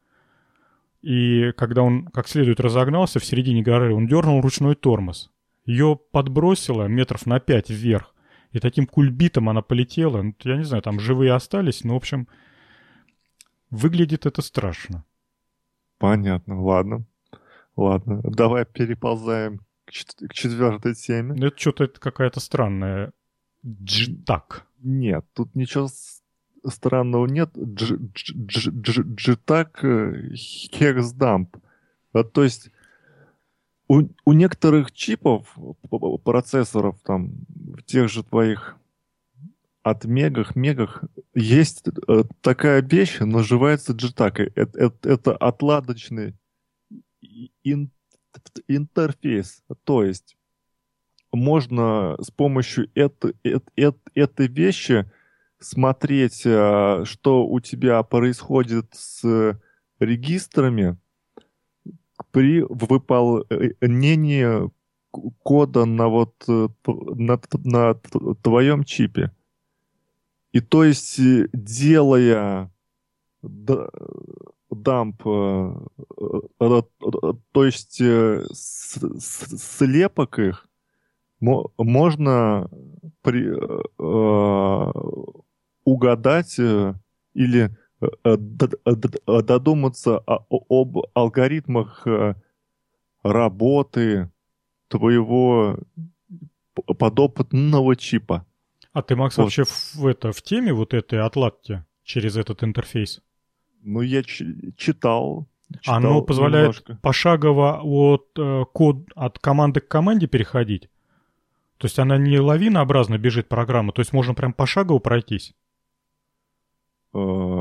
и когда он как следует разогнался в середине горы, он дернул ручной тормоз. Ее подбросило метров на пять вверх, и таким кульбитом она полетела. Ну, я не знаю, там живые остались, но, в общем, выглядит это страшно. Понятно, ладно. Ладно, давай переползаем к, чет- к четвертой теме. Ну, это что-то это какая-то странная джитак. Нет, тут ничего с- странного нет. Дж- дж- дж- дж- Джитак э, хексдамп. А, То есть у, у некоторых чипов, п- п- процессоров, там, в тех же твоих от мегах, мегах, есть э, такая вещь, называется джитак. Это, это, это отладочный и- ин- интерфейс. То есть можно с помощью этой, эт- эт- этой вещи смотреть, э, что у тебя происходит с регистрами при выполнении к- кода на вот э, т- на, т- на т- твоем чипе. И то есть, э, делая д- дамп, э, э, э, то есть э, с- с- слепок их, мо- можно при, э, угадать э, или э, э, д- д- д- додуматься о- об алгоритмах э, работы твоего п- подопытного чипа. А ты, Макс, Вот. вообще в, в это, в теме вот этой отладки через этот интерфейс? Ну, я ч- читал. читал Оно позволяет немножко. пошагово от, э, код, от команды к команде переходить? То есть она не лавинообразно бежит программа, то есть можно прям пошагово пройтись? Э,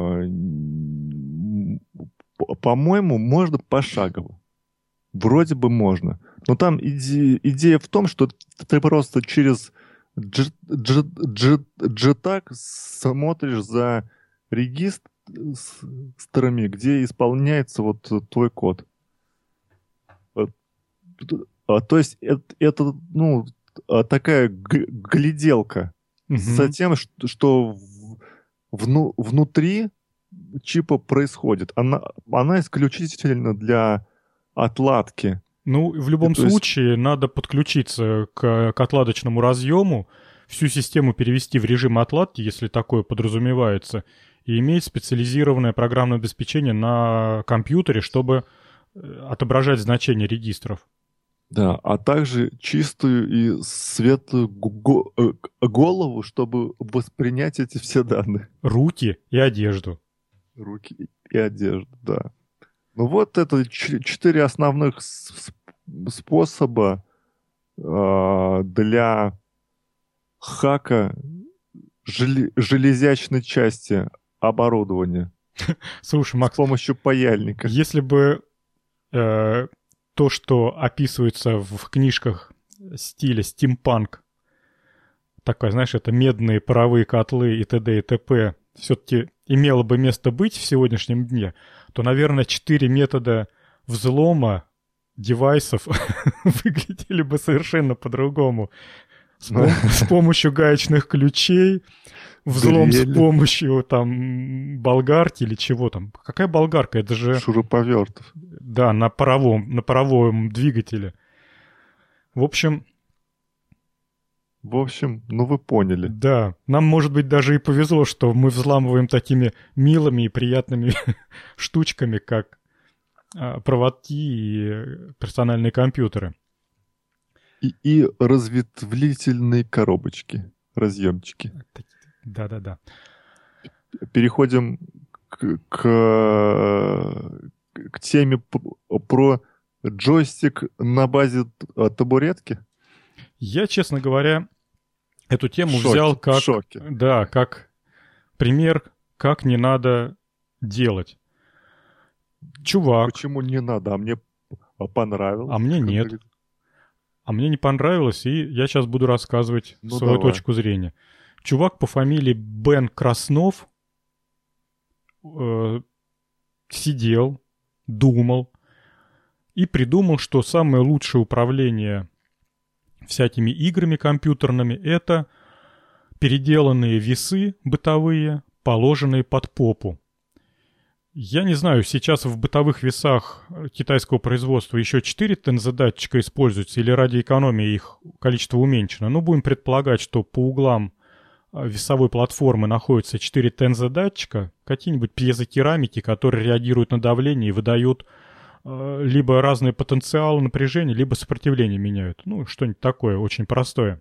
м, п- По-моему, можно пошагово. Вроде бы можно. Но там иде- идея в том, что ты просто через дж- дж- дж- джитак смотришь за регистрами, где исполняется вот твой код. Э, т- а, То есть это, это, ну, а, такая г- гляделка за Мгм. тем, что, что в- вну- внутри чипа происходит. Она, она исключительно для отладки. Ну, в любом То есть- случае, надо подключиться к, к отладочному разъему, всю систему перевести в режим отладки, если такое подразумевается, и иметь специализированное программное обеспечение на компьютере, чтобы э, отображать значения регистров. Да, а также чистую и светлую го- э, голову, чтобы воспринять эти все данные. Руки и одежду. Руки и одежду, да. Ну вот это ч- четыре основных с- способа э, для хака желе- железячной части оборудования Слушай, с Макс, помощью паяльника. если бы э, то, что описывается в книжках стиля стимпанк, такое, знаешь, это медные паровые котлы и т.д. и т.п., все-таки имело бы место быть в сегодняшнем дне, то, наверное, четыре метода взлома девайсов выглядели бы совершенно по-другому. С, пом- с помощью гаечных ключей, взлом с Дрель. помощью там болгарки или чего там. Какая болгарка? Это же, Шуруповертов. да, на паровом, на паровом двигателе. В общем, В общем, ну вы поняли. да, нам, может быть, даже и повезло, что мы взламываем такими милыми и приятными штучками, как а, проводки и персональные компьютеры. И, и разветвлительные коробочки, разъемчики. Да-да-да. Переходим к, к, к теме п- про джойстик на базе т- табуретки. Я, честно говоря, эту тему В шоке, взял в как, шоке. да, как пример, как не надо делать. Чувак, Почему не надо? А мне понравилось. а мне как нет. говорится. А мне не понравилось, и я сейчас буду рассказывать Ну, свою давай. точку зрения. Чувак по фамилии Бен Краснов э, сидел, думал и придумал, что самое лучшее управление всякими играми компьютерными — это переделанные весы бытовые, положенные под попу. Я не знаю, сейчас в бытовых весах китайского производства еще четыре тензо-датчика используются или ради экономии их количество уменьшено. Но будем предполагать, что по углам а, весовой платформы находятся четыре тензо-датчика, какие-нибудь пьезокерамики, которые реагируют на давление и выдают а, либо разные потенциалы напряжения, либо сопротивление меняют. Ну, что-нибудь такое очень простое.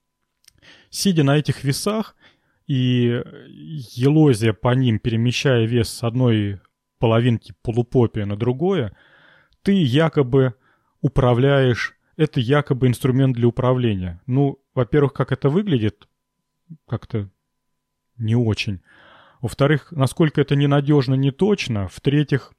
Сидя на этих весах и елозя по ним, перемещая вес с одной половинки полупопи на другое, ты якобы управляешь, это якобы инструмент для управления. Ну, во-первых, как это выглядит, как-то не очень. Во-вторых, насколько это ненадежно, не точно. В-третьих,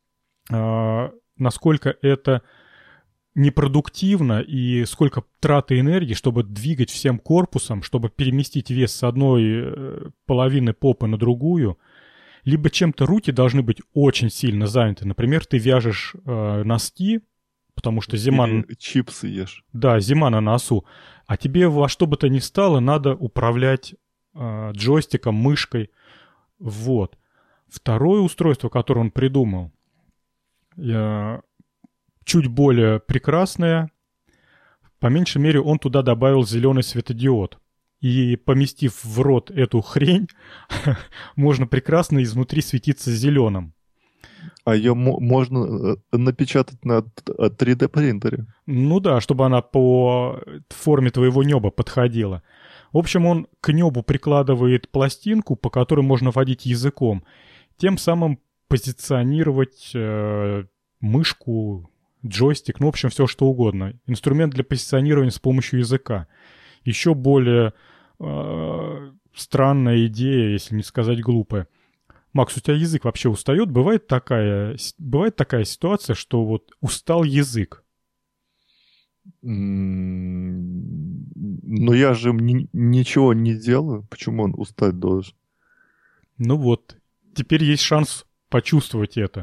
э, насколько это непродуктивно и сколько траты энергии, чтобы двигать всем корпусом, чтобы переместить вес с одной э, половины попы на другую. Либо чем-то руки должны быть очень сильно заняты. Например, ты вяжешь э, носки, потому что зима... Или чипсы ешь. Да, зима на носу. А тебе во что бы то ни стало надо управлять э, джойстиком, мышкой. Вот. Второе устройство, которое он придумал, э, чуть более прекрасное. По меньшей мере, он туда добавил зеленый светодиод. И поместив в рот эту хрень, можно прекрасно изнутри светиться зеленым. А ее мо- можно э, напечатать на т- три дэ принтере. Ну да, чтобы она по форме твоего неба подходила. В общем, он к небу прикладывает пластинку, по которой можно водить языком, тем самым позиционировать э, мышку, джойстик, ну, в общем, все что угодно. Инструмент для позиционирования с помощью языка. Еще более э, странная идея, если не сказать глупая. Макс, у тебя язык вообще устает? Бывает такая, бывает такая ситуация, что вот устал язык? М, Но я же ни- ничего не делаю. Почему он устать должен? Ну вот, теперь есть шанс почувствовать это.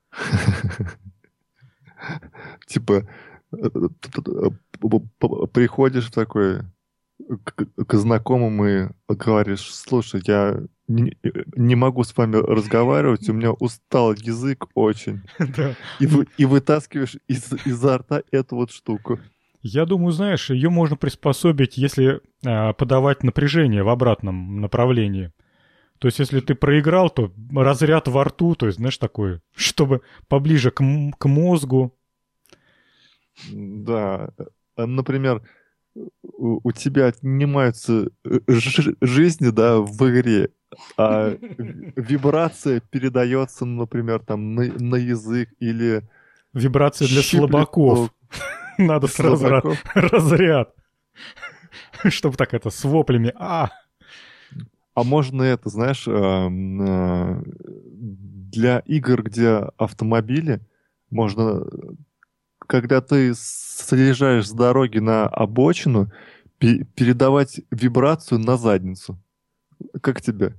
Типа, э, т- т- э, п- п- приходишь такой к, к знакомым и говоришь: слушай, я не, не могу с вами разговаривать, у меня устал язык очень. Да. И, вы, и вытаскиваешь из, изо рта эту вот штуку. Я думаю, знаешь, ее можно приспособить, если а, подавать напряжение в обратном направлении. То есть, если ты проиграл, то разряд во рту, то есть, знаешь, такой, чтобы поближе к, м- к мозгу. Да. Например, у, у тебя отнимаются ж- жизни, да, в игре, а вибрация передается, например, там на, на язык или Вибрации для щиплет слабаков. ток Надо для сразу ra- слабаков. разряд. Чтобы так это, с воплями. А! А можно это, знаешь, эм, э, для игр, где автомобили, можно, когда ты съезжаешь с дороги на обочину, пе- передавать вибрацию на задницу. Как тебе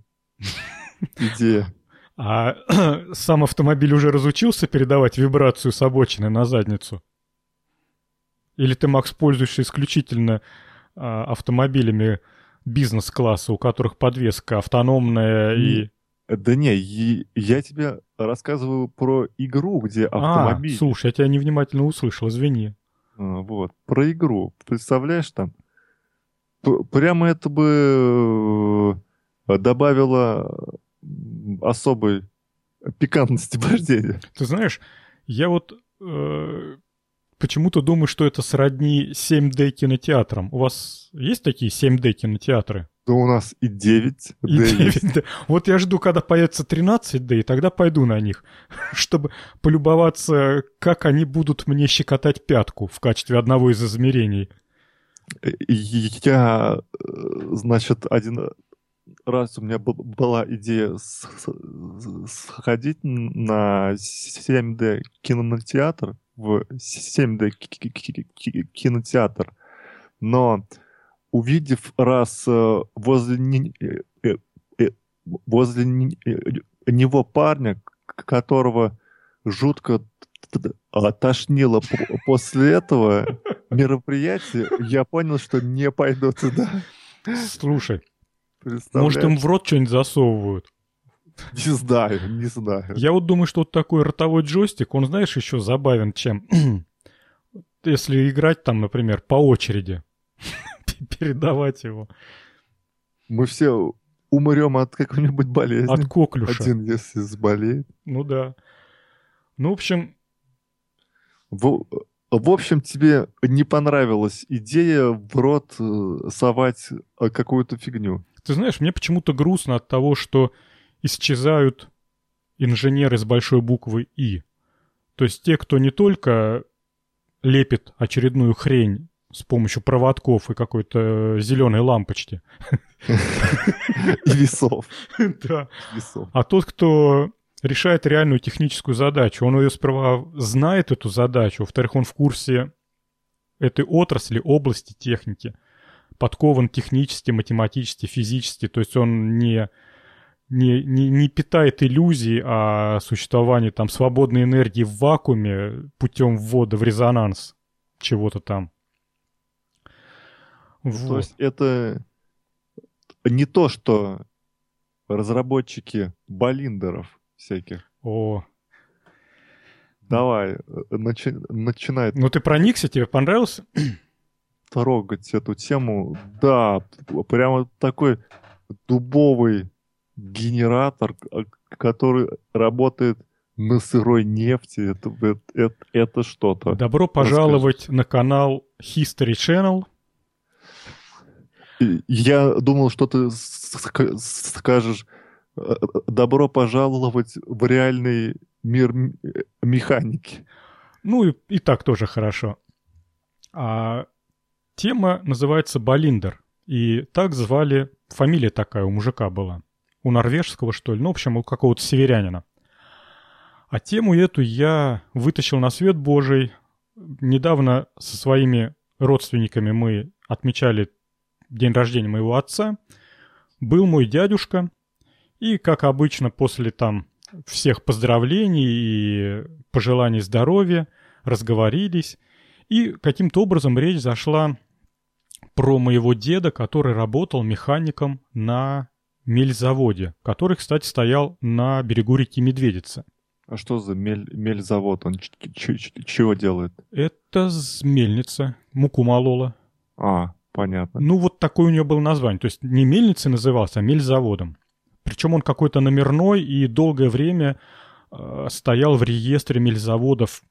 идея? А сам автомобиль уже разучился передавать вибрацию с обочины на задницу? Или ты, Макс, пользуешься исключительно а, автомобилями бизнес-класса, у которых подвеска автономная и... Не- Да не, и- я тебе рассказываю про игру, где А, автомобиль. слушай, я тебя невнимательно услышал, извини. А, Вот, про игру. Представляешь, там п- прямо это бы э, добавило м, особой пикантности вождения. Ты знаешь, я вот э, почему-то думаю, что это сродни семь дэ кинотеатрам. У вас есть такие семь дэ кинотеатры? Да у нас и девять И дэ есть. девять дэ. Вот я жду, когда появится тринадцать дэ, и тогда пойду на них, чтобы полюбоваться, как они будут мне щекотать пятку в качестве одного из измерений. И Я, э, значит, один раз у меня б- была идея с- с- сходить на семь дэ кинотеатр, в семь дэ ки- ки- ки- кинотеатр, но увидев раз э, возле, не- э, э, э, возле не- э, него парня, к- которого жутко т- т- а, тошнило по- после этого мероприятия, я понял, что не пойду туда. Слушай, может, им Представляешь? в рот что-нибудь засовывают? Не знаю, не знаю. Я вот думаю, что вот такой ротовой джойстик, он, знаешь, еще забавен чем? Если играть там, например, по очереди, передавать его Мы все умрем от какой-нибудь болезни. от коклюша. Один, если заболеет. Ну да. Ну, в общем, В, в общем, тебе не понравилась идея в рот э, совать э, какую-то фигню. ты знаешь, мне почему-то грустно от того, что исчезают инженеры с большой буквы «И». То есть те, кто не только лепит очередную хрень с помощью проводков и какой-то зеленой лампочки, И весов. да, Весов. а тот, кто решает реальную техническую задачу. Он ее сперва знает, эту задачу, во-вторых, он в курсе этой отрасли, области техники, подкован технически, математически, физически, то есть он не, не, не, не питает иллюзий о существовании там свободной энергии в вакууме путем ввода в резонанс чего-то там. То Вот. есть это не то, что разработчики балиндеров всяких. О, Давай, э, начи- начинай ну ты проникся, тебе понравился? трогать эту тему. Да, п- прямо такой дубовый генератор, к- который работает на сырой нефти. Это, это, это, это что-то. Добро пожаловать на канал History Channel. И Я думал, что ты ска- скажешь э, добро пожаловать в реальный мир м- э, механики. Ну и, и так тоже хорошо. А тема называется Балиндер. И так звали, фамилия такая у мужика была. У норвежского, что ли. Ну, в общем, у какого-то северянина. А тему эту я вытащил на свет Божий. Недавно со своими родственниками мы отмечали день рождения моего отца. Был мой дядюшка. И, как обычно, после там всех поздравлений и пожеланий здоровья разговорились. И каким-то образом речь зашла про моего деда, который работал механиком на мельзаводе, который, кстати, стоял на берегу реки Медведица. А что за мель, мельзавод? Он ч- ч- ч- чего делает? Это з- мельница, муку молола. А, понятно. Ну, вот такое у нее было название. То есть не мельницей назывался, а мельзаводом. Причем он какой-то номерной и долгое время э, стоял в реестре мельзаводов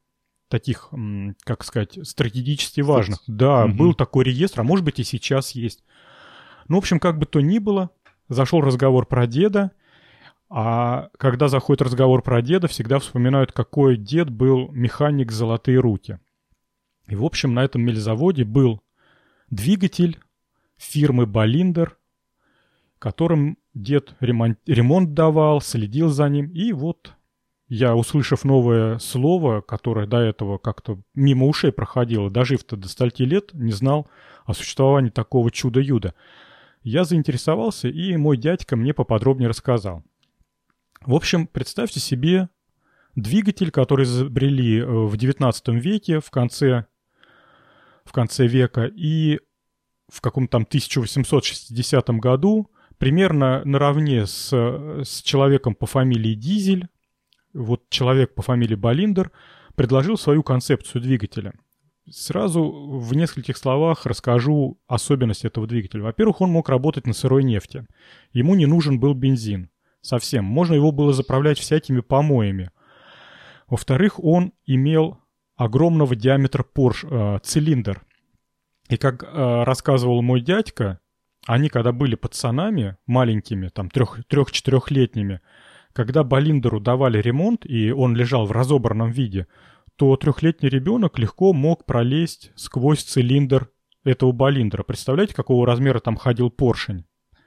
таких, как сказать, стратегически важных. Да, угу. Был такой реестр, а может быть и сейчас есть. Ну, в общем, как бы то ни было, зашел разговор про деда, а когда заходит разговор про деда, всегда вспоминают, какой дед был механик «Золотые руки». И, в общем, на этом мельзаводе был двигатель фирмы «Болиндер», которым дед ремонт, ремонт давал, следил за ним. И вот я, услышав новое слово, которое до этого как-то мимо ушей проходило, дожив-то до стольки лет, не знал о существовании такого чуда-юда. Я заинтересовался, и мой дядька мне поподробнее рассказал. В общем, представьте себе двигатель, который изобрели в девятнадцатом веке, в конце, в конце века, и в каком-то там тысяча восемьсот шестидесятом году примерно наравне с, с человеком по фамилии Дизель, вот человек по фамилии Болиндер предложил свою концепцию двигателя. Сразу в нескольких словах расскажу особенности этого двигателя. Во-первых, он мог работать на сырой нефти. Ему не нужен был бензин. Совсем. Можно его было заправлять всякими помоями. Во-вторых, он имел огромного диаметра порш, э, цилиндр. И как э, рассказывал мой дядька, они когда были пацанами, маленькими, там трех, трех-четырехлетними, когда Болиндеру давали ремонт, и он лежал в разобранном виде, то трехлетний ребенок легко мог пролезть сквозь цилиндр этого Болиндера. Представляете, какого размера там ходил поршень?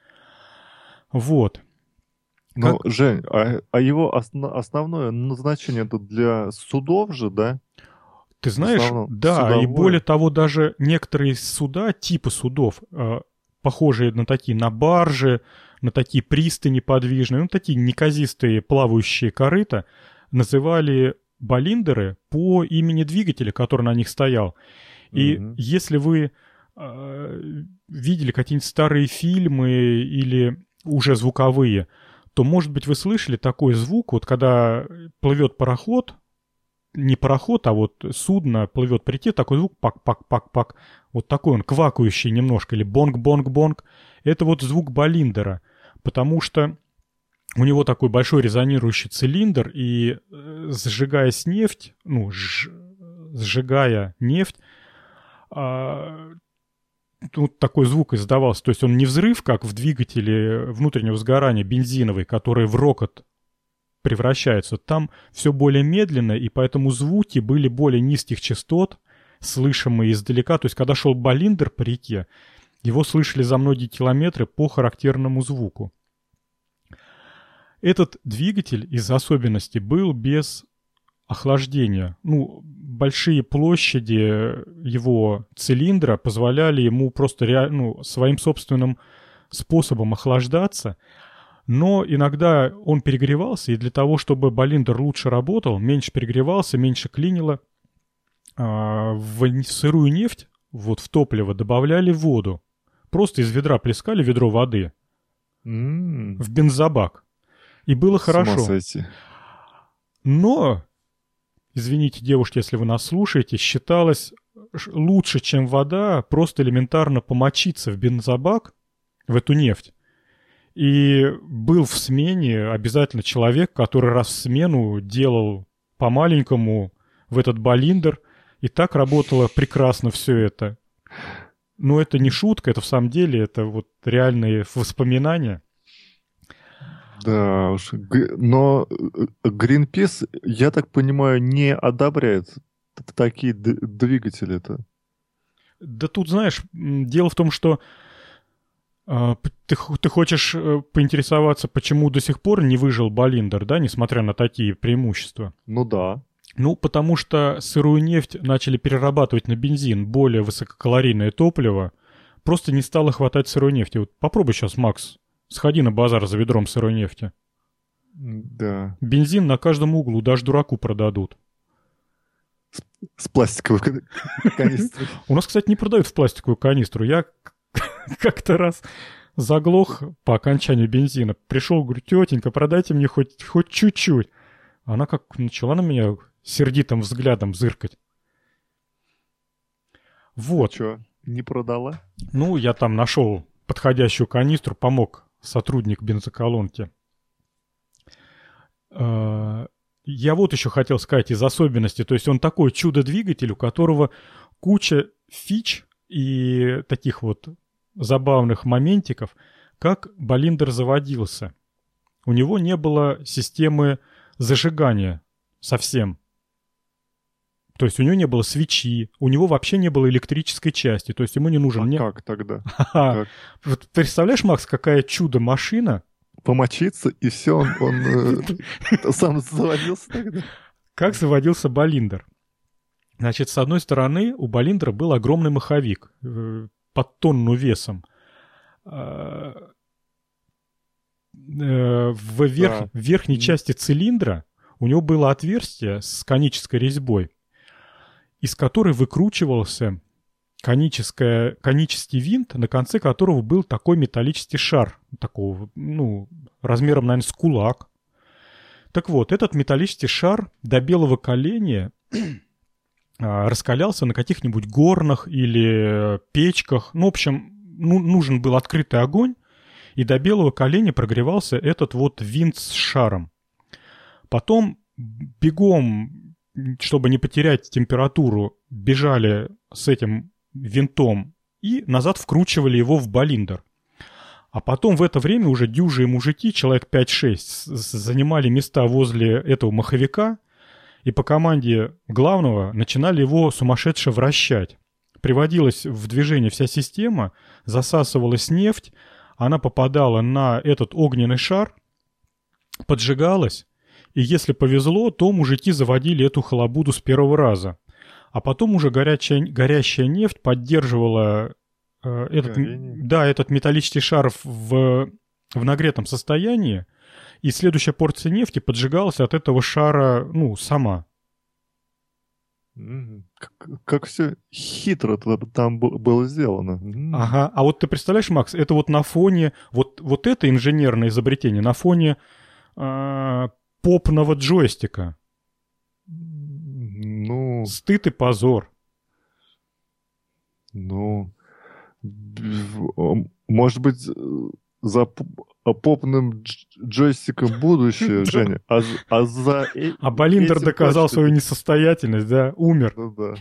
Вот. Ну, как... Жень, а, а его основ, основное назначение это для судов же, да? Ты знаешь, да, судовое. И более того, даже некоторые суда, типы судов, э, похожие на такие, на баржи, на такие пристани подвижные, ну, такие неказистые плавающие корыта, называли Болиндеры по имени двигателя, который на них стоял. И mm-hmm. если вы э, видели какие-нибудь старые фильмы или уже звуковые, то, может быть, вы слышали такой звук, вот когда плывет пароход, не пароход, а вот судно плывет по реке, такой звук пак-пак-пак-пак, вот такой он квакающий немножко, или бонг-бонг-бонг. Это вот звук Болиндера, потому что у него такой большой резонирующий цилиндр, и э, сжигаясь нефть, ну, ж, сжигая нефть, э, тут такой звук издавался. То есть он не взрыв, как в двигателе внутреннего сгорания бензиновый, который в рокот превращается. Там все более медленно, и поэтому звуки были более низких частот, слышимые издалека. То есть когда шел Болиндер по реке, его слышали за многие километры по характерному звуку. Этот двигатель из особенностей был без охлаждения. Ну, большие площади его цилиндра позволяли ему просто ре... ну, своим собственным способом охлаждаться. Но иногда он перегревался, и для того, чтобы Болиндер лучше работал, меньше перегревался, меньше клинило, в сырую нефть, вот в топливо, добавляли воду. Просто из ведра плескали ведро воды mm. в бензобак. И было хорошо. Но, извините, девушки, если вы нас слушаете, считалось лучше, чем вода, просто элементарно помочиться в бензобак, в эту нефть. И был в смене обязательно человек, который раз в смену делал по-маленькому в этот Болиндер. И так работало прекрасно все это. Но это не шутка, это в самом деле, это вот реальные воспоминания. Да уж, но Greenpeace, я так понимаю, не одобряет такие двигатели-то. Да тут, знаешь, дело в том, что э, ты, ты хочешь поинтересоваться, почему до сих пор не выжил Болиндер, да, несмотря на такие преимущества? Ну да. Ну, потому что сырую нефть начали перерабатывать на бензин, более высококалорийное топливо. Просто не стало хватать сырой нефти. Вот попробуй сейчас, Макс, сходи на базар за ведром сырой нефти. Да. Бензин на каждом углу, даже дураку продадут. С, с пластиковой канистрой. У нас, кстати, не продают в пластиковую канистру. Я как-то раз заглох по окончанию бензина. Пришел, говорю, тетенька, продайте мне хоть, хоть чуть-чуть. Она как начала на меня сердитым взглядом зыркать. Вот. Что, не продала? Ну, я там нашел подходящую канистру, помог сотрудник бензоколонки. я вот еще хотел сказать из особенностей. То есть он такой чудо-двигатель, у которого куча фич и таких вот забавных моментиков, как Болиндер заводился. У него не было системы зажигания совсем. То есть у него не было свечи, у него вообще не было электрической части, то есть ему не нужен... А не... как тогда? Как? Вот представляешь, Макс, какая чудо-машина? Помочиться, и все, он, он сам заводился тогда. Как заводился Болиндер? Значит, с одной стороны, у Болиндера был огромный маховик под тонну весом. В, верх... да. в верхней части цилиндра у него было отверстие с конической резьбой, из которой выкручивался коническое, конический винт, на конце которого был такой металлический шар, такого, ну, размером, наверное, с кулак. Так вот, этот металлический шар до белого коленя раскалялся на каких-нибудь горнах или печках. Ну, в общем, ну, нужен был открытый огонь, и до белого коленя прогревался этот вот винт с шаром. Потом бегом, чтобы не потерять температуру, бежали с этим винтом и назад вкручивали его в Болиндер. А потом в это время уже дюжие мужики, человек пять-шесть, занимали места возле этого маховика и по команде главного начинали его сумасшедше вращать. Приводилась в движение вся система, засасывалась нефть, она попадала на этот огненный шар, поджигалась, и если повезло, то мужики заводили эту халабуду с первого раза. А потом уже горячая, горящая нефть поддерживала э, этот, да, этот металлический шар в, в нагретом состоянии, и следующая порция нефти поджигалась от этого шара, ну, сама. Как, как все хитро там было сделано. Ага, а вот ты представляешь, Макс, это вот на фоне, вот, вот это инженерное изобретение, на фоне э, попного джойстика. Ну... Стыд и позор. Ну... Может быть, за попным джойстиком будущее, Женя, а, а за... А Болиндер доказал свою несостоятельность, да? Умер. Ну да.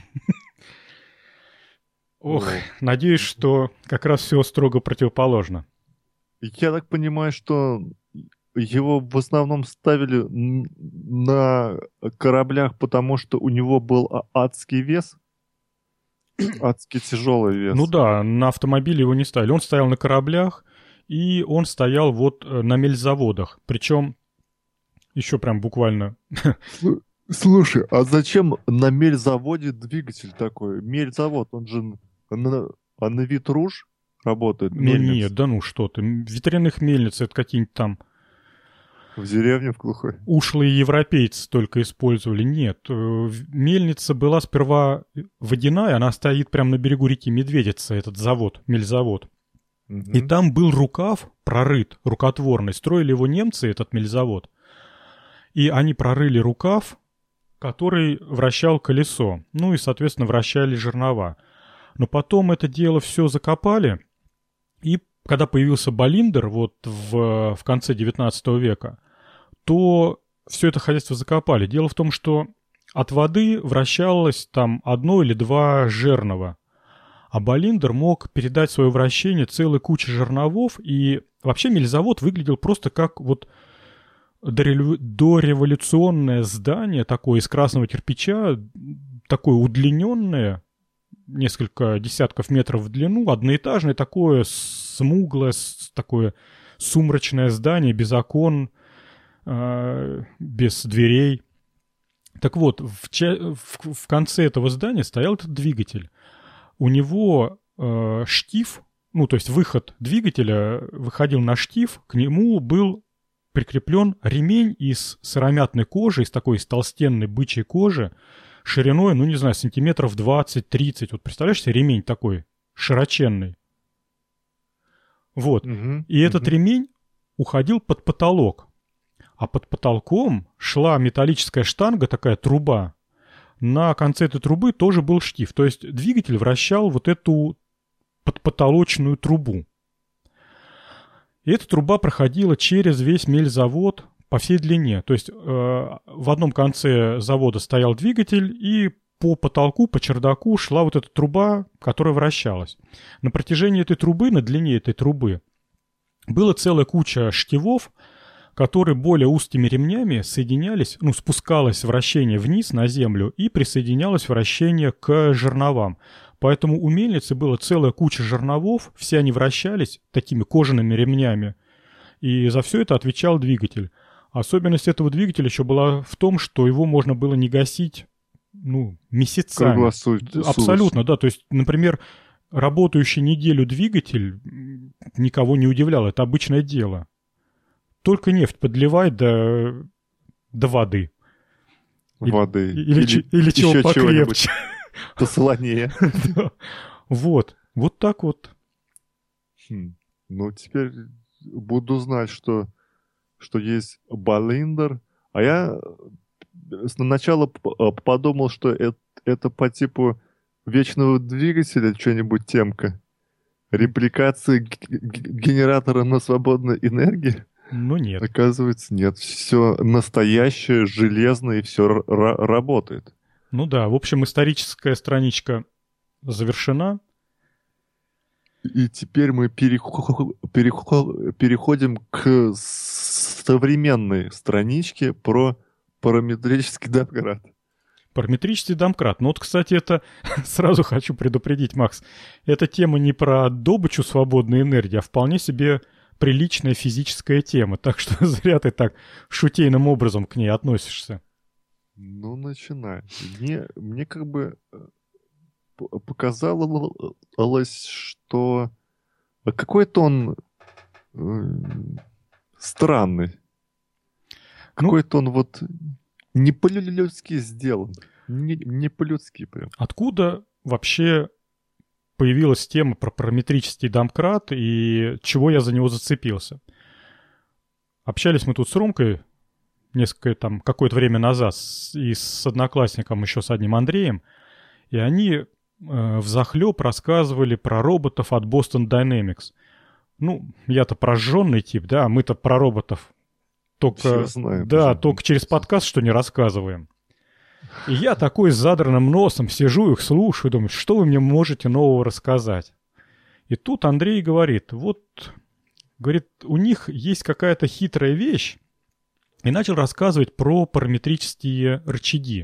Ох, надеюсь, что как раз все строго противоположно. Я так понимаю, что его в основном ставили на кораблях, потому что у него был адский вес, адский тяжелый вес. Ну да, на автомобиле его не ставили. Он стоял на кораблях, и он стоял вот на мельзаводах. Причем еще прям буквально... Слушай, а зачем на мельзаводе двигатель такой? Мельзавод, он же на, а на ветру ж работает. Ну нет, да ну что ты. Ветряных мельниц это какие-нибудь там... В деревне в глухой. Ушлые европейцы только использовали. Нет, мельница была сперва водяная, она стоит прямо на берегу реки Медведица, этот завод, мельзавод. Угу. И там был рукав прорыт, рукотворный. Строили его немцы, этот мельзавод. И они прорыли рукав, который вращал колесо. Ну и, соответственно, вращали жернова. Но потом это дело все закопали, и когда появился Болиндер вот в, в конце девятнадцатого века, то все это хозяйство закопали. Дело в том, что от воды вращалось там одно или два жернова, а Болиндер мог передать свое вращение целой куче жерновов, и вообще мельзавод выглядел просто как вот дореволюционное здание такое из красного кирпича, такое удлиненное, несколько десятков метров в длину, одноэтажное такое смуглое, такое сумрачное здание, без окон, э, без дверей. Так вот, в, ча- в, в конце этого здания стоял этот двигатель. У него э, штиф, ну то есть выход двигателя выходил на штиф, к нему был прикреплен ремень из сыромятной кожи, из такой из толстенной бычьей кожи, шириной, ну, не знаю, сантиметров двадцать-тридцать. Вот представляешь себе ремень такой, широченный. Вот. Uh-huh, и uh-huh. этот ремень уходил под потолок. А под потолком шла металлическая штанга, такая труба. На конце этой трубы тоже был штиф. То есть двигатель вращал вот эту подпотолочную трубу. И эта труба проходила через весь мельзавод по всей длине. То есть э, в одном конце завода стоял двигатель, и по потолку, по чердаку шла вот эта труба, которая вращалась. На протяжении этой трубы, на длине этой трубы, была целая куча штивов, которые более узкими ремнями соединялись, ну, спускалось вращение вниз на землю и присоединялось вращение к жерновам. Поэтому у мельницы была целая куча жерновов, все они вращались такими кожаными ремнями, и за все это отвечал двигатель. Особенность этого двигателя еще была в том, что его можно было не гасить, ну, месяцами. Круглосуточно. Абсолютно, да. То есть, например, работающий неделю двигатель никого не удивлял, это обычное дело. Только нефть подливай до, до воды. Воды. Или, или, или, или чего покрепче. Послонее. Вот. Вот так вот. Хм. Ну, теперь буду знать, что, что есть Болиндер. А я сначала подумал, что это, это по типу вечного двигателя что-нибудь темка. Репликации генератора на свободной энергии. Ну нет. Оказывается, нет. Все настоящее, железное, и все работает. Ну да, в общем, историческая страничка завершена. И теперь мы перехо- перехо- переходим к современной страничке про параметрический домкрат. Параметрический домкрат. Ну вот, кстати, это сразу хочу предупредить, Макс. Эта тема не про добычу свободной энергии, а вполне себе приличная физическая тема. Так что зря ты так шутейным образом к ней относишься. Ну, начинай. Мне, мне как бы показалось, что какой-то он э, странный. Какой-то он вот не по-людски сделан. Не, не по-людски прям. Откуда вообще появилась тема про параметрический домкрат и чего я за него зацепился? Общались мы тут с Ромкой несколько там, какое-то время назад с, и с одноклассником еще с одним Андреем, и они э, взахлеб рассказывали про роботов от Boston Dynamics. Ну, я-то прожженный тип, да, а мы-то про роботов только, знают, да, уже. только через подкаст что не рассказываем. И я такой с задранным носом сижу, их слушаю, думаю, что вы мне можете нового рассказать? И тут Андрей говорит, вот, говорит, у них есть какая-то хитрая вещь, и начал рассказывать про параметрические рычаги.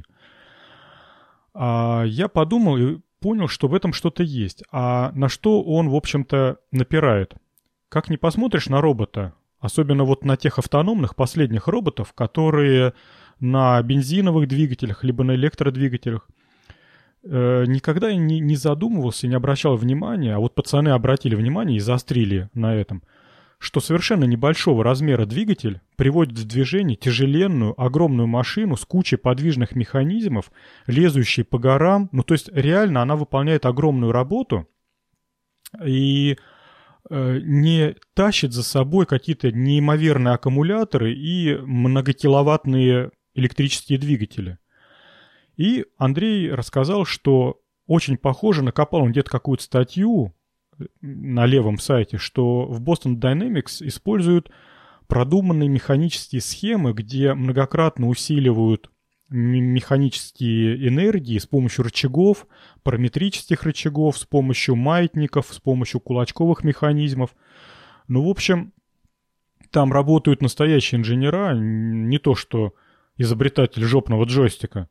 А я подумал и понял, что в этом что-то есть. А на что он, в общем-то, напирает? Как ни посмотришь на робота, особенно вот на тех автономных последних роботов, которые на бензиновых двигателях, либо на электродвигателях, э, никогда не, не задумывался, не обращал внимания, а вот пацаны обратили внимание и заострили на этом, что совершенно небольшого размера двигатель приводит в движение тяжеленную, огромную машину с кучей подвижных механизмов, лезущей по горам. Ну, то есть реально она выполняет огромную работу и э, не тащит за собой какие-то неимоверные аккумуляторы и многокиловаттные электрические двигатели. И Андрей рассказал, что очень похоже, накопал он где-то какую-то статью на левом сайте, что в Boston Dynamics используют продуманные механические схемы, где многократно усиливают механические энергии с помощью рычагов, параметрических рычагов, с помощью маятников, с помощью кулачковых механизмов. Ну, в общем, там работают настоящие инженера, не то что изобретатель жопного джойстика.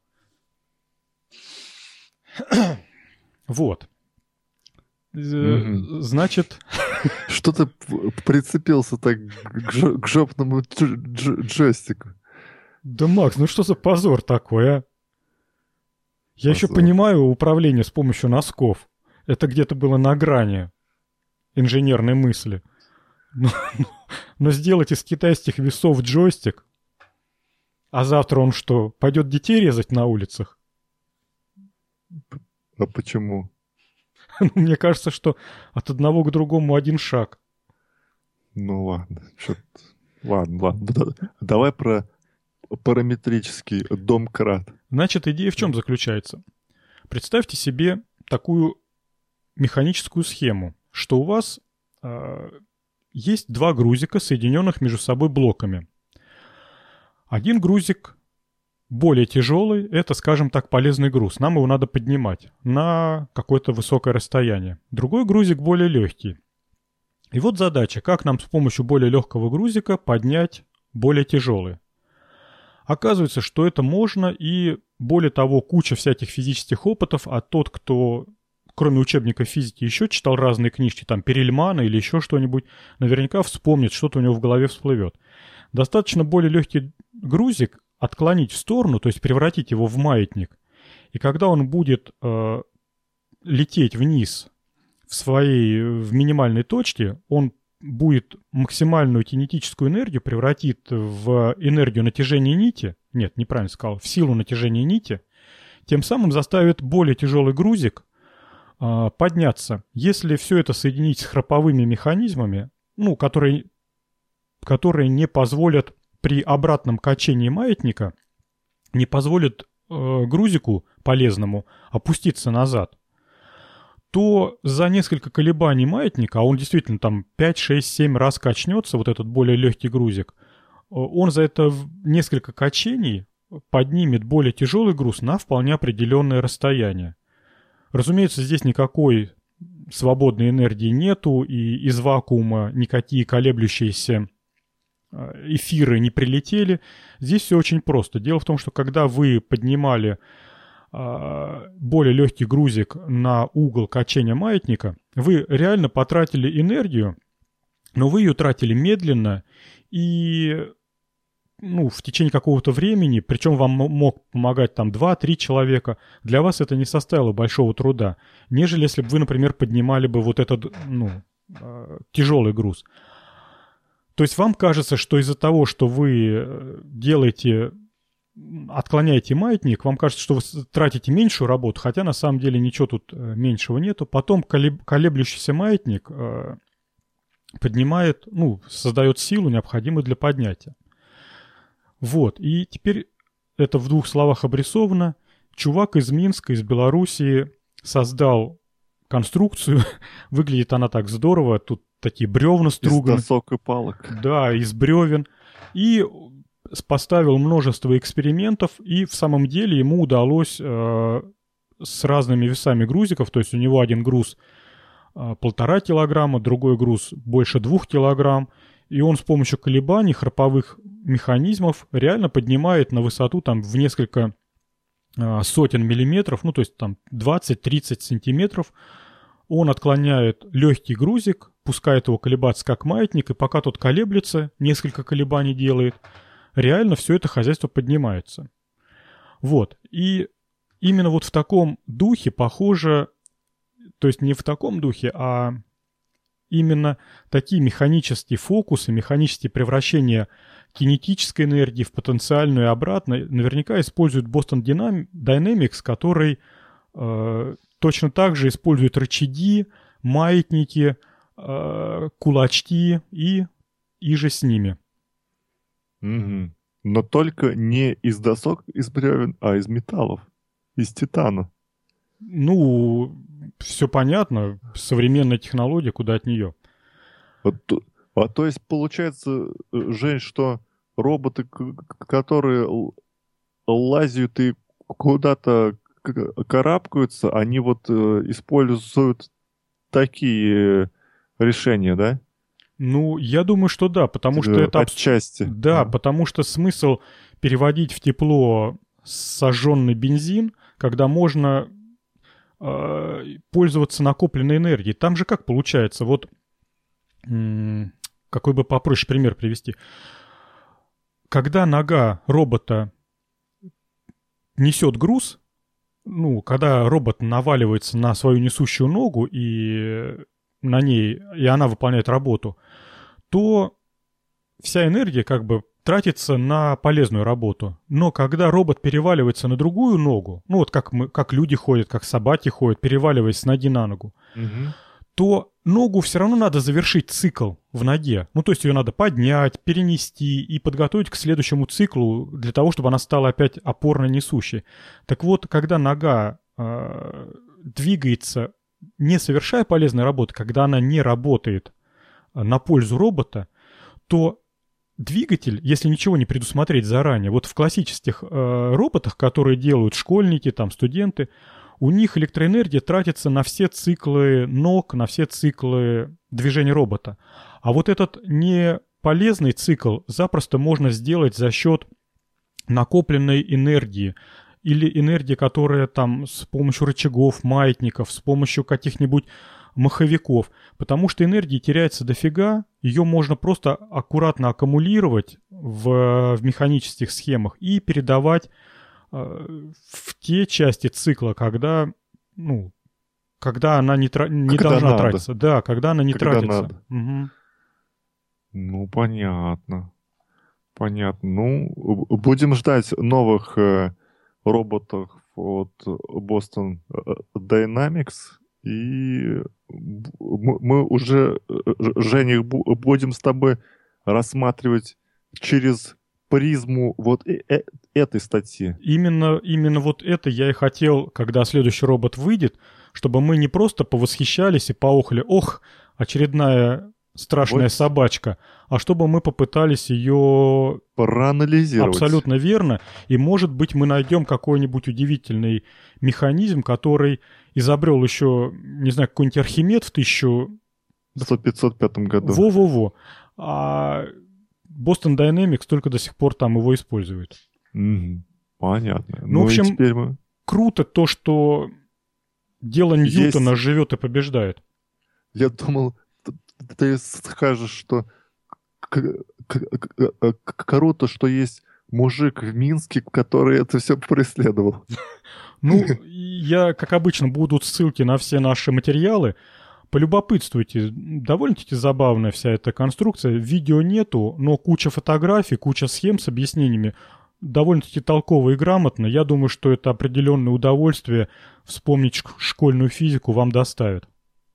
Вот. Mm-hmm. Значит... Что ты прицепился так к, жо- к жопному дж- дж- джойстику? Да, Макс, ну что за позор такой, а? Я позор. еще понимаю управление с помощью носков. Это где-то было на грани инженерной мысли. Но, но сделать из китайских весов джойстик, а завтра он что, пойдет детей резать на улицах? А почему? Мне кажется, что от одного к другому один шаг. Ну ладно, что-то... Ладно, ладно. Давай про параметрический домкрат. Значит, идея в чем заключается? Представьте себе такую механическую схему, что у вас э, есть два грузика, соединенных между собой блоками. Один грузик более тяжелый, это, скажем так, полезный груз. Нам его надо поднимать на какое-то высокое расстояние. Другой грузик более легкий. И вот задача, как нам с помощью более легкого грузика поднять более тяжелый. Оказывается, что это можно, и более того, куча всяких физических опытов, а тот, кто, кроме учебника физики, еще читал разные книжки, там, Перельмана или еще что-нибудь, наверняка вспомнит, что-то у него в голове всплывет. Достаточно более легкий грузик отклонить в сторону, то есть превратить его в маятник, и когда он будет э, лететь вниз в своей, в минимальной точке, он будет максимальную кинетическую энергию превратит в энергию натяжения нити, нет, неправильно сказал, в силу натяжения нити, тем самым заставит более тяжелый грузик э, подняться. Если все это соединить с храповыми механизмами, ну, которые, которые не позволят при обратном качении маятника, не позволят э, грузику полезному опуститься назад, то за несколько колебаний маятника, а он действительно там пять, шесть, семь раз качнется, вот этот более легкий грузик, он за это несколько качений поднимет более тяжелый груз на вполне определенное расстояние. Разумеется, здесь никакой свободной энергии нету, и из вакуума никакие колеблющиеся эфиры не прилетели. Здесь все очень просто. Дело в том, что когда вы поднимали более легкий грузик на угол качения маятника, вы реально потратили энергию, но вы ее тратили медленно и ну, в течение какого-то времени, причем вам мог помогать там два-три человека, для вас это не составило большого труда, нежели если бы вы, например, поднимали бы вот этот ну, тяжелый груз. То есть вам кажется, что из-за того, что вы делаете, отклоняете маятник, вам кажется, что вы тратите меньшую работу, хотя на самом деле ничего тут меньшего нету. Потом колеблющийся маятник поднимает, ну, создает силу, необходимую для поднятия. Вот, и теперь это в двух словах обрисовано. Чувак из Минска, из Белоруссии создал конструкцию, выглядит она так здорово, тут такие бревна струганы. Из досок и палок. Да, из бревен. И поставил множество экспериментов, и в самом деле ему удалось э, с разными весами грузиков, то есть у него один груз э, полтора килограмма, другой груз больше двух килограмм, и он с помощью колебаний храповых механизмов реально поднимает на высоту там в несколько э, сотен миллиметров, ну то есть там двадцать-тридцать сантиметров. Он отклоняет легкий грузик, пускает его колебаться как маятник, и пока тот колеблется, несколько колебаний делает, реально все это хозяйство поднимается. Вот. И именно вот в таком духе, похоже, то есть не в таком духе, а именно такие механические фокусы, механические превращения кинетической энергии в потенциальную и обратно наверняка использует Boston Dynamics, который э, точно так же использует рычаги, маятники, э, кулачки и, и же с ними. Угу. Но только не из досок, из бревен, а из металлов, из титана. Ну, все понятно. Современная технология, куда от нее. А то, а то есть получается, Жень, что роботы, которые лазят и куда-то карабкаются, они вот используют такие решения, да? Ну, я думаю, что да, потому что это... Отчасти. Да, а. Потому что смысл переводить в тепло сожженный бензин, когда можно э, пользоваться накопленной энергией. Там же как получается? Вот м- какой бы попроще пример привести. Когда нога робота несет груз, ну, когда робот наваливается на свою несущую ногу и на ней, и она выполняет работу, то вся энергия как бы тратится на полезную работу. Но когда робот переваливается на другую ногу, ну вот как, мы, как люди ходят, как собаки ходят, переваливаясь с ноги на ногу, угу. то ногу все равно надо завершить цикл в ноге. Ну то есть ее надо поднять, перенести и подготовить к следующему циклу для того, чтобы она стала опять опорно несущей. Так вот, когда нога э, двигается, не совершая полезной работы, когда она не работает на пользу робота, то двигатель, если ничего не предусмотреть заранее, вот в классических э, роботах, которые делают школьники, там, студенты, у них электроэнергия тратится на все циклы ног, на все циклы движения робота. А вот этот неполезный цикл запросто можно сделать за счет накопленной энергии или энергии, которая там с помощью рычагов, маятников, с помощью каких-нибудь маховиков, потому что энергии теряется дофига, ее можно просто аккуратно аккумулировать в, в механических схемах и передавать э, в те части цикла, когда, ну, когда она не, тра- не Когда должна надо. тратиться. Да, когда она не Когда тратится. надо. Угу. Ну, понятно. Понятно. Ну, будем ждать новых э, роботов от Boston Dynamics. И мы уже, Женя, будем с тобой рассматривать через призму вот этой статьи. Именно, именно вот это я и хотел, когда следующий робот выйдет, чтобы мы не просто повосхищались и поохали, ох, очередная страшная вот. собачка, а чтобы мы попытались ее проанализировать. Абсолютно верно. И, может быть, мы найдем какой-нибудь удивительный механизм, который изобрел еще, не знаю, какой-нибудь Архимед в тысяча пятьсот пятом году. Во-во-во. А Boston Dynamics только до сих пор там его использует. Mm-hmm. Понятно. Ну, ну, в общем, теперь мы... круто то, что дело Ньютона Есть... живет и побеждает. Я думал, ты скажешь, что круто, что есть мужик в Минске, который это все преследовал. Ну, я, как обычно, будут ссылки на все наши материалы. Полюбопытствуйте. Довольно-таки забавная вся эта конструкция. Видео нету, но куча фотографий, куча схем с объяснениями. Довольно-таки толково и грамотно. Я думаю, что это определенное удовольствие вспомнить школьную физику вам доставит.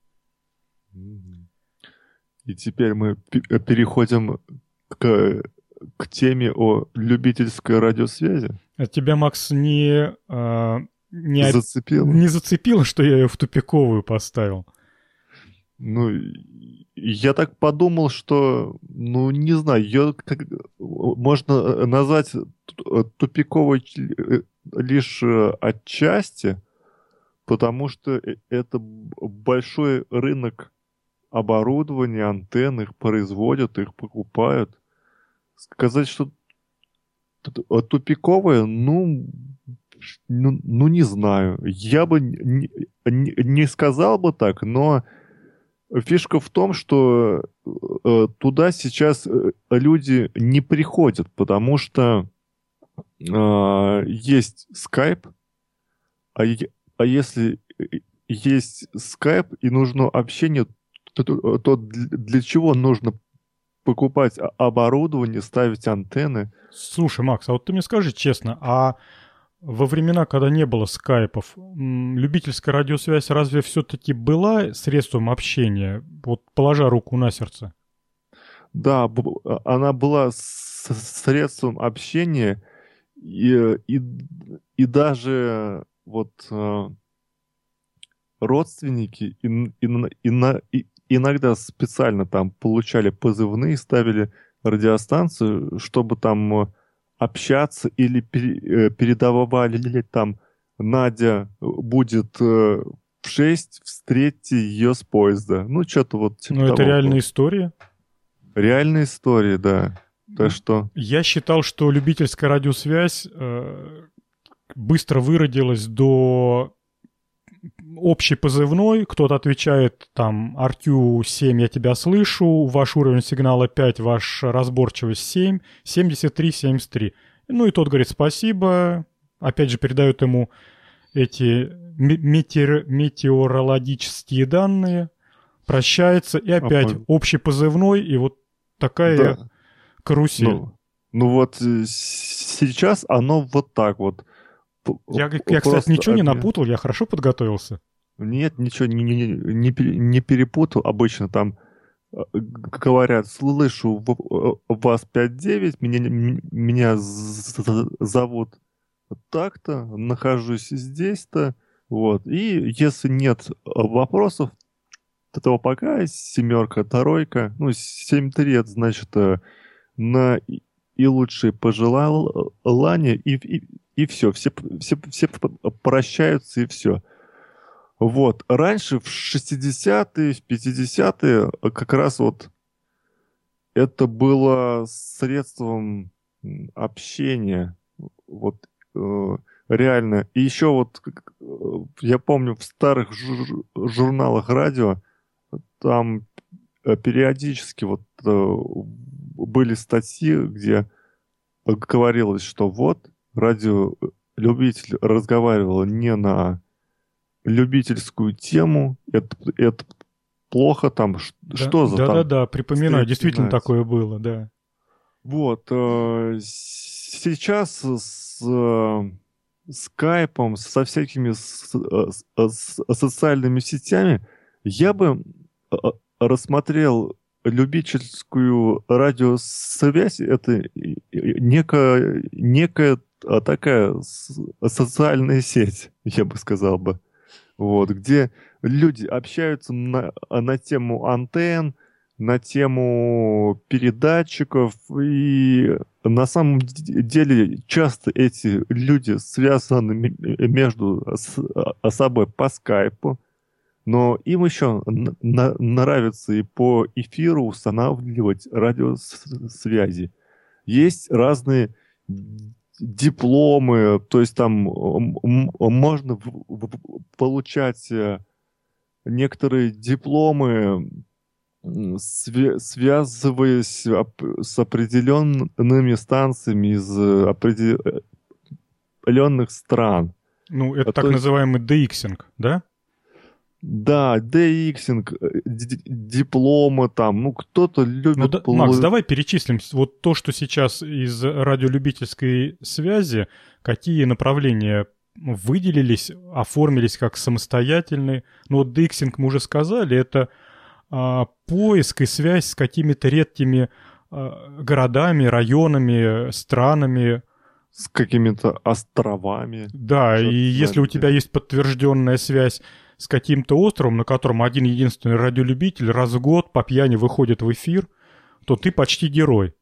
И теперь мы переходим к, к теме о любительской радиосвязи. А тебя, Макс, не, а, не, зацепило? не зацепило, что я ее в тупиковую поставил? Ну, я так подумал, что, ну, не знаю, ее как, можно назвать тупиковой лишь отчасти, потому что это большой рынок оборудования, антенн, их производят, их покупают. Сказать, что тупиковое, ну, ну, ну, не знаю. Я бы не, не, не сказал бы так, но фишка в том, что э, туда сейчас люди не приходят, потому что э, есть Skype, а, а если есть Skype и нужно общение, то, то, то для чего нужно покупать оборудование, ставить антенны? Слушай, Макс, а вот ты мне скажи честно, а во времена, когда не было скайпов, любительская радиосвязь разве все-таки была средством общения, вот положа руку на сердце? Да, она была средством общения, и, и, и даже вот родственники и, и, и, и, иногда специально там получали позывные, ставили радиостанцию, чтобы там общаться, или пере, передавали там: Надя будет в шесть, встретьте ее с поезда. Ну, что-то вот типа Ну, это того. реальная история? Реальная история, да. Так что... Я считал, что любительская радиосвязь э, быстро выродилась до общей позывной. Кто-то отвечает там: ар кью семь, я тебя слышу, ваш уровень сигнала пять, ваш разборчивость семь, семьдесят три семьдесят три. Ну и тот говорит спасибо, опять же передают ему эти метеор... метеорологические данные, прощается, и опять а, общий позывной, и вот такая да. карусель. Ну, ну вот сейчас оно вот так вот. Я, я кстати, ничего не напутал, я хорошо подготовился. Нет, ничего не, не, не, не перепутал. Обычно там говорят: слышу вас пять девять, меня, меня зовут так-то, нахожусь здесь-то. Вот. И если нет вопросов, то пока семерка, тройка, ну, семь три, это значит на и, и лучшие пожелания, и, и, и все. Все, все. Все прощаются, и все. Вот. Раньше, в шестидесятые, в пятидесятые, как раз вот это было средством общения. Вот э, реально. И еще вот э, я помню в старых жур- журналах радио там э, периодически вот э, были статьи, где говорилось, что вот радиолюбитель разговаривал не на любительскую тему, это, это плохо там, Да, что за да, там да, да, припоминаю, действительно соединять. такое было, да. Вот, э, сейчас с э, скайпом, со всякими с- э, с- с- социальными сетями я бы э, рассмотрел любительскую радиосвязь, это и- и- некая, некая а, такая с- социальная сеть, я бы сказал бы. Вот, где люди общаются на, на тему антенн, на тему передатчиков, и на самом д- деле часто эти люди связаны м- между с- а, собой по скайпу, но им еще н- на- нравится и по эфиру устанавливать радиосвязи. Есть разные дипломы, то есть там м, м, можно в- в- получать э, некоторые дипломы, м, свя- связываясь оп- с определенными станциями из э, определенных стран. Ну, это А так то есть, называемый деиксинг, да? да, DXing, э, д- дипломы там, ну, кто-то Ну, любит да, Макс, полу... давай перечислим с- вот то, что сейчас из радиолюбительской связи, какие направления выделились, оформились как самостоятельные. Ну, вот дексинг мы уже сказали, это а, поиск и связь с какими-то редкими а, городами, районами, странами. с какими-то островами. Да, и Чёрт если у знает тебя где. есть подтвержденная связь с каким-то островом, на котором один единственный радиолюбитель раз в год по пьяни выходит в эфир, то ты почти герой.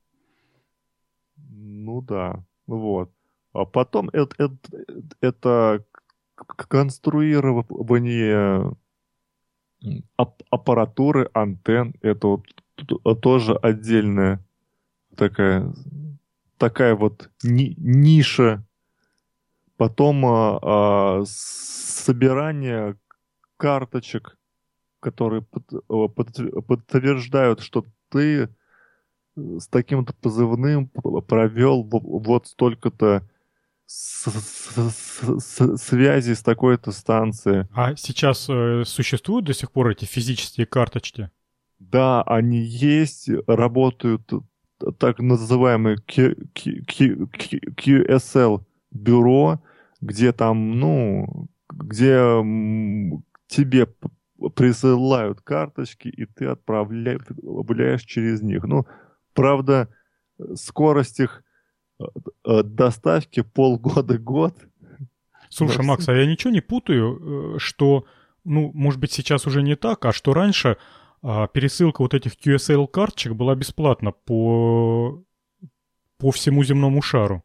Ну да, вот. А потом это, это, это к- конструирование ап- аппаратуры, антенн, это вот т- тоже отдельная такая, такая вот ни- ниша. Потом а, а, собирание карточек, которые под- э, под- подтверждают, что ты с таким-то позывным п- провел в- вот столько-то с- с- с- с- связей с такой-то станцией. А сейчас э, существуют до сих пор эти физические карточки? Да, они есть, работают т- так называемые Q- Q- Q- Q- кью эс эл бюро, где там, ну, где м, тебе п- присылают карточки, и ты отправля- отправляешь через них. Ну, правда, скорость их э, э, доставки полгода-год. Слушай, На Макс, всё- а я ничего не путаю, э, что, ну, может быть, сейчас уже не так, а что раньше а, пересылка вот этих кью эс эл-карточек была бесплатна по, по всему земному шару.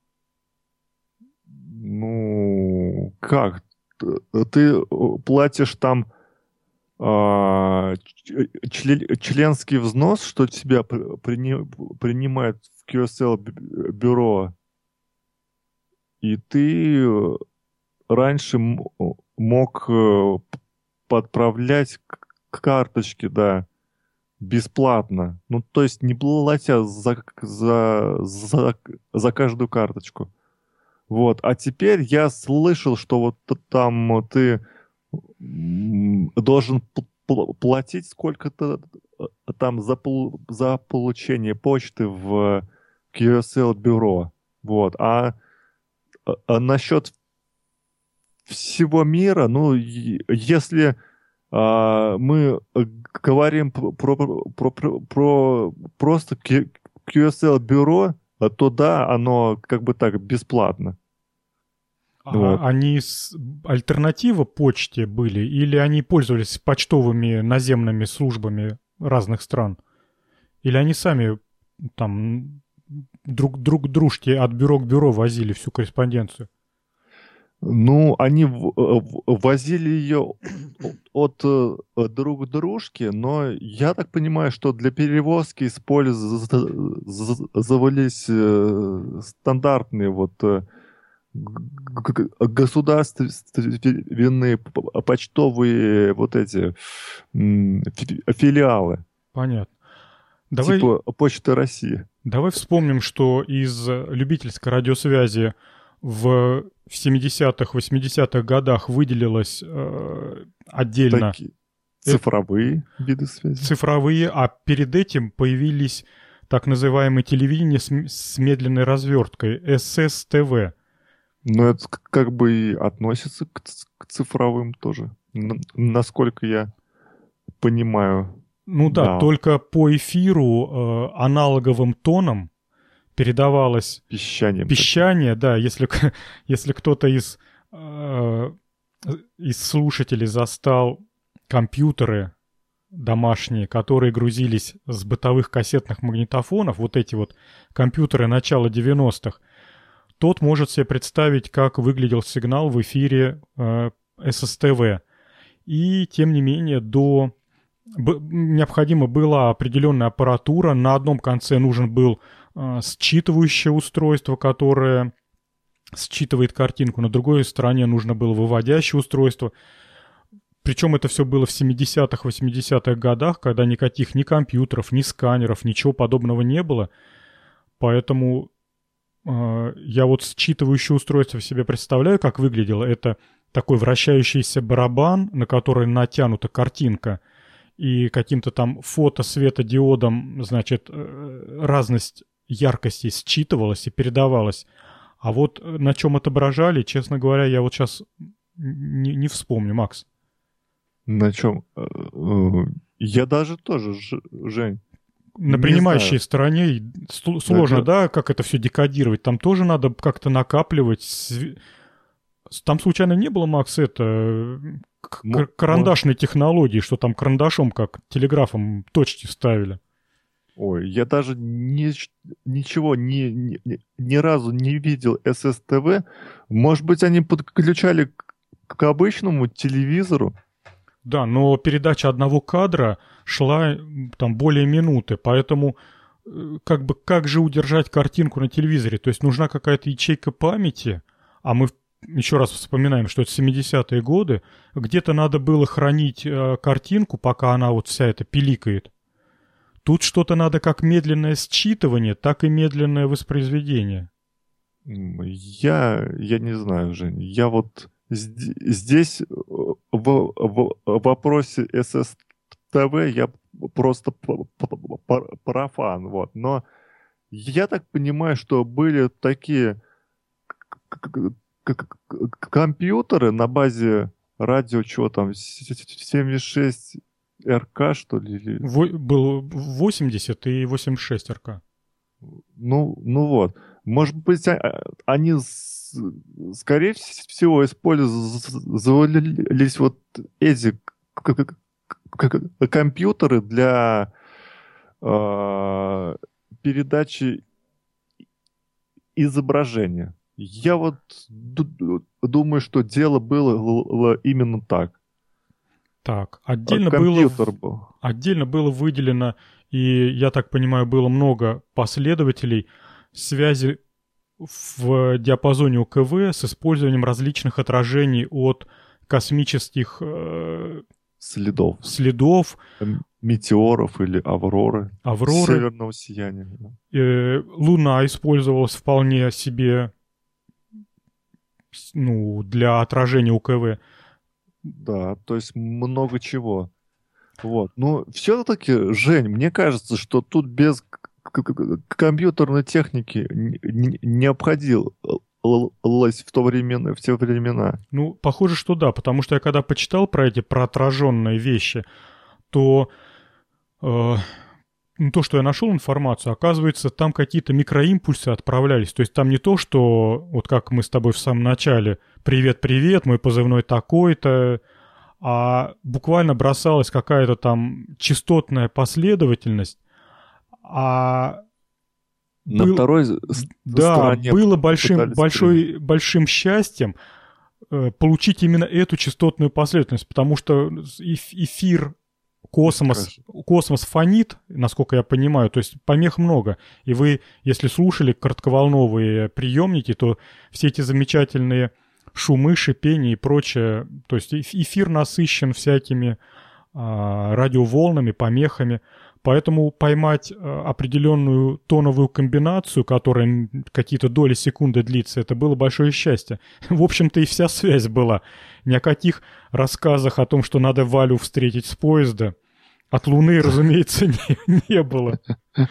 Ну, как? Т- Ты э, платишь там а, ч- чле- членский взнос, что тебя при- прини- принимают в кью эс эл бю- бюро, и ты э, раньше м- мог э, п- подправлять к- карточки, да, бесплатно. Ну, то есть не платя за, за, за, за каждую карточку. Вот. А теперь я слышал, что вот т- там ты м, должен п- пл- платить сколько-то э, там за, пол- за получение почты в кью эс эл бюро. Вот. А, а- а насчет всего мира, ну, и- если а, мы э, говорим про, про, про, про- про просто Q- кью эс эл бюро, а то да, оно как бы так бесплатно. Вот. А они с... альтернатива почте были или они пользовались почтовыми наземными службами разных стран? Или они сами там друг, друг дружке от бюро к бюро возили всю корреспонденцию? Ну, они в- в- возили ее от э, друг к дружке, но я так понимаю, что для перевозки использовались э, стандартные вот э, г- г- государственные п- почтовые вот эти м, фи- филиалы, Понятно. Давай, типа Почты России. давай вспомним, что из любительской радиосвязи в, в семидесятых, восьмидесятых годах выделилось э, отдельно Такие цифровые виды связи. цифровые, а перед этим появились так называемые телевидения с, м- с медленной разверткой, эс эс тэ вэ. Но это к- как бы и относится к, ц- к цифровым тоже, н- насколько я понимаю. Ну да, Да. только по эфиру э, аналоговым тоном передавалось Песчанием. пищание, да, если, к- если кто-то из, э, из слушателей застал компьютеры домашние, которые грузились с бытовых кассетных магнитофонов, вот эти вот компьютеры начала девяностых, тот может себе представить, как выглядел сигнал в эфире э, эс эс тэ вэ. И, тем не менее, до... б- необходима была определенная аппаратура. На одном конце нужен был э, считывающее устройство, которое считывает картинку. На другой стороне нужно было выводящее устройство. Причем это все было в семидесятых, восьмидесятых годах, когда никаких ни компьютеров, ни сканеров, ничего подобного не было. Поэтому э, я вот считывающее устройство себе представляю, как выглядело. Это такой вращающийся барабан, на который натянута картинка, и каким-то там фото-светодиодом, значит, э, разность яркости считывалась и передавалась. А вот э, на чем отображали, честно говоря, я вот сейчас не, не вспомню, Макс. На чем? Э, э, Я даже тоже, Ж- Жень. На Не принимающей знаю. стороне сл- сложно, Это- да, как это все декодировать. Там тоже надо как-то накапливать. св- Там случайно не было, Макс, это э, к- Мо- к- карандашной технологии, что там карандашом, как телеграфом, точки ставили? Ой, я даже ни- ничего ни, ни, ни- ни разу не видел эс эс тэ вэ. Может быть, они подключали к, к обычному телевизору? Да, но передача одного кадра шла м, там более минуты, поэтому э, как бы как же удержать картинку на телевизоре? То есть нужна какая-то ячейка памяти, а мы в- еще раз вспоминаем, что это семидесятые годы, где-то надо было хранить э, картинку, пока она вот вся эта пиликает. Тут что-то надо как медленное считывание, так и медленное воспроизведение. М, Я, я не знаю, Жень. Я вот зд- здесь э, в, в вопросе эс эс тэ вэ я просто п- п- п- профан, вот. Но я так понимаю, что были такие к- к- к- к- компьютеры на базе радио, чего там, семьдесят шесть эр ка, что ли? или- Во- был восемьдесят и восемьдесят шесть эр ка. Ну, ну вот. Может быть, а- они, с- скорее всего, использовались вот эти к- к- к- к- компьютеры для э, передачи изображения. Я вот ду- думаю, что дело было л- л- именно так. Так, А отдельно было... компьютер был. Отдельно было выделено, и, я так понимаю, было много последователей связи в диапазоне УКВ с использованием различных отражений от космических э, Следов. следов, М- Метеоров или авроры. авроры. Северного сияния. да. Э, Луна использовалась вполне себе с- ну, для отражения УКВ. Да, то есть много чего. Вот. Но все-таки, Жень, мне кажется, что тут без к- к- к- компьютерной техники н- н- не обходилось в то время, в те времена. Ну, похоже, что да, потому что я когда почитал про эти про отраженные вещи, то э, ну, то, что я нашел информацию, оказывается, там какие-то микроимпульсы отправлялись. То есть там не то, что, вот как мы с тобой в самом начале, «Привет-привет, мой позывной такой-то», а буквально бросалась какая-то там частотная последовательность, а На был, второй да, стороне было большим, пытались большой, большим счастьем э, получить именно эту частотную последовательность, потому что эф- эфир, космос, Скажи. космос фонит, насколько я понимаю, то есть помех много. И вы, если слушали коротковолновые приемники, то все эти замечательные шумы, шипения и прочее, то есть эф- эфир насыщен всякими а, радиоволнами, помехами. Поэтому поймать а, определенную тоновую комбинацию, которая м, какие-то доли секунды длится, это было большое счастье. В общем-то и вся связь была. Ни о каких рассказах о том, что надо Валю встретить с поезда, от Луны, разумеется, не, не было.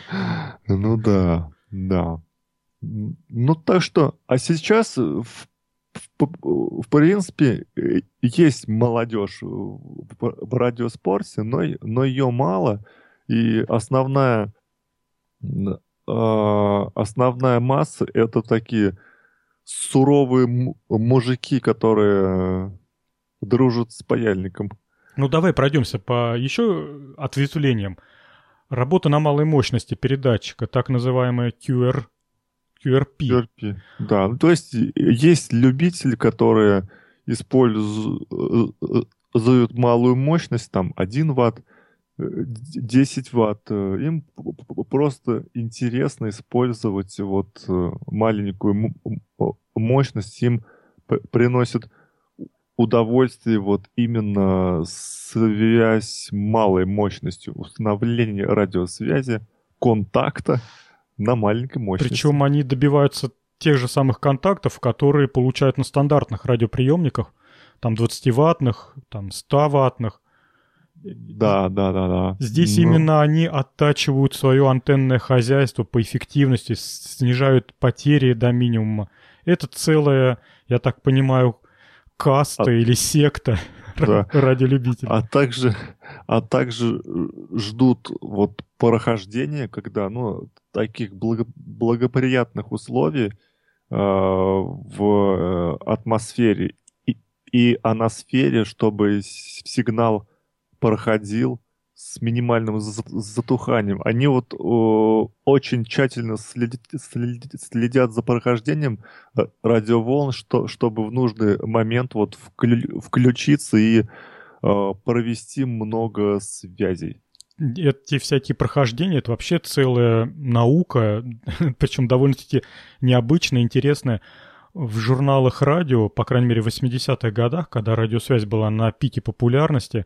Ну да, да. Ну так что, а сейчас, в, в, в принципе, э, есть молодежь в, в радиоспорте, но, но ее мало. И основная, м, а, основная масса это такие суровые м- мужики, которые дружат с паяльником. Ну, давай пройдемся по еще ответвлениям. Работа на малой мощности передатчика, так называемая Q R, Q R P. q r p. Да, ну, то есть э, есть любители, которые используют малую мощность, там один ватт, э, десять ватт. Э, Им п- п- просто интересно использовать вот э, маленькую м- м- мощность, им п- приносит удовольствие вот именно связь малой мощностью, установление радиосвязи, контакта на маленькой мощности. Причем они добиваются тех же самых контактов, которые получают на стандартных радиоприемниках, там двадцативаттных, там ста-ваттных. Да, да, да, да. Здесь Ну, именно они оттачивают свое антенное хозяйство по эффективности, снижают потери до минимума. Это целая, я так понимаю, а, каста или секта да. радиолюбителей. А также, а также э, ждут вот прохождения, когда, ну, таких благо- благоприятных условий э, в э, атмосфере и, и аносфере, чтобы с- сигнал проходил с минимальным за- затуханием. Они вот о, очень тщательно следят, следят, следят за прохождением э, радиоволн, что, чтобы в нужный момент вот вклю- включиться и э, провести много связей. Эти всякие прохождения, это вообще целая наука, причем довольно-таки необычная, интересная. В журналах радио, по крайней мере в восьмидесятых годах, когда радиосвязь была на пике популярности,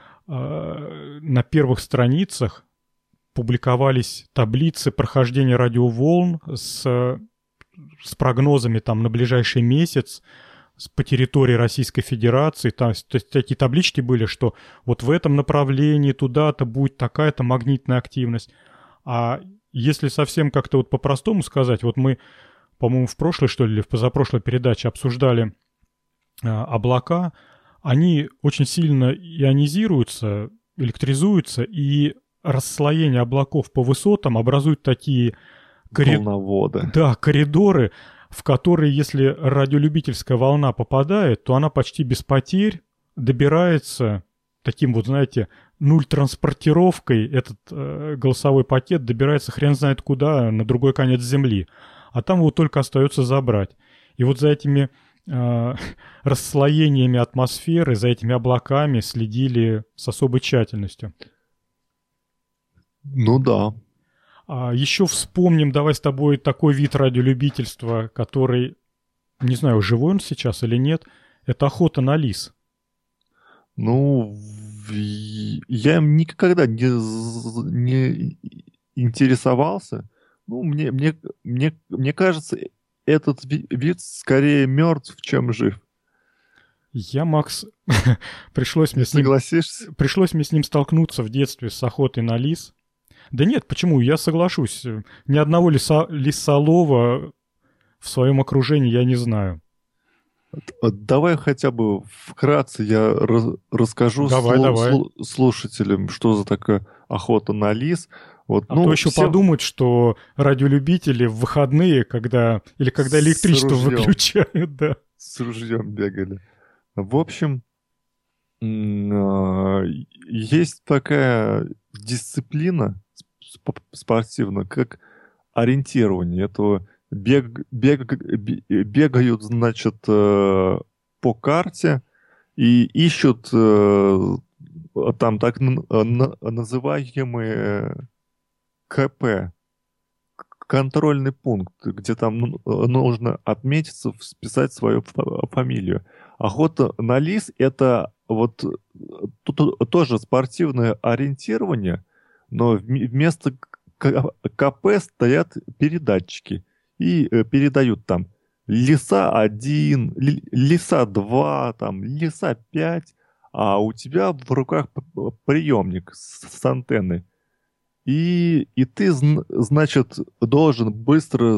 э, на первых страницах публиковались таблицы прохождения радиоволн с, с прогнозами там на ближайший месяц с- по территории Российской Федерации. Там, то есть такие таблички были, что вот в этом направлении туда-то будет такая-то магнитная активность. А если совсем как-то вот по-простому сказать, вот мы, по-моему, в прошлой, что ли, или в позапрошлой передаче обсуждали а, облака, они очень сильно ионизируются, электризуются, и расслоение облаков по высотам образуют такие корри- Волноводы. да, коридоры, в которые, если радиолюбительская волна попадает, то она почти без потерь добирается таким вот, знаете, нуль транспортировкой, этот э, голосовой пакет добирается хрен знает куда, на другой конец Земли. А там его только остается забрать. И вот за этими э, расслоениями атмосферы, за этими облаками следили с особой тщательностью. Ну да. А еще вспомним, давай с тобой, такой вид радиолюбительства, который, не знаю, живой он сейчас или нет, это охота на лис. Ну, в- я им никогда не, з- не интересовался. Ну, мне, мне, мне, мне кажется, этот ви- вид скорее мертв, чем жив. Я, Макс, пришлось Не мне с ним, согласишься? пришлось мне с ним столкнуться в детстве с охотой на лис. Да нет, почему? Я соглашусь. Ни одного лиса, лисолова в своем окружении я не знаю. Вот давай хотя бы вкратце я раз- расскажу Давай, слу- давай. слу- слушателям, что за такая охота на лис. Вот, А то ну, еще все подумают, что радиолюбители в выходные, когда или когда с электричество ружьем, выключают, да. с ружьем бегали. В общем, м, а, есть такая дисциплина сп- спортивная, как ориентирование. Это бег, бег, бегают, значит, по карте и ищут там так называемые КП, контрольный пункт, где там нужно отметиться, вписать свою фамилию. Охота на лис — это вот тут тоже спортивное ориентирование, но вместо КП стоят передатчики и передают там лиса один, лиса два, там лиса пять, а у тебя в руках приемник с антенной. И, и ты, значит, должен быстро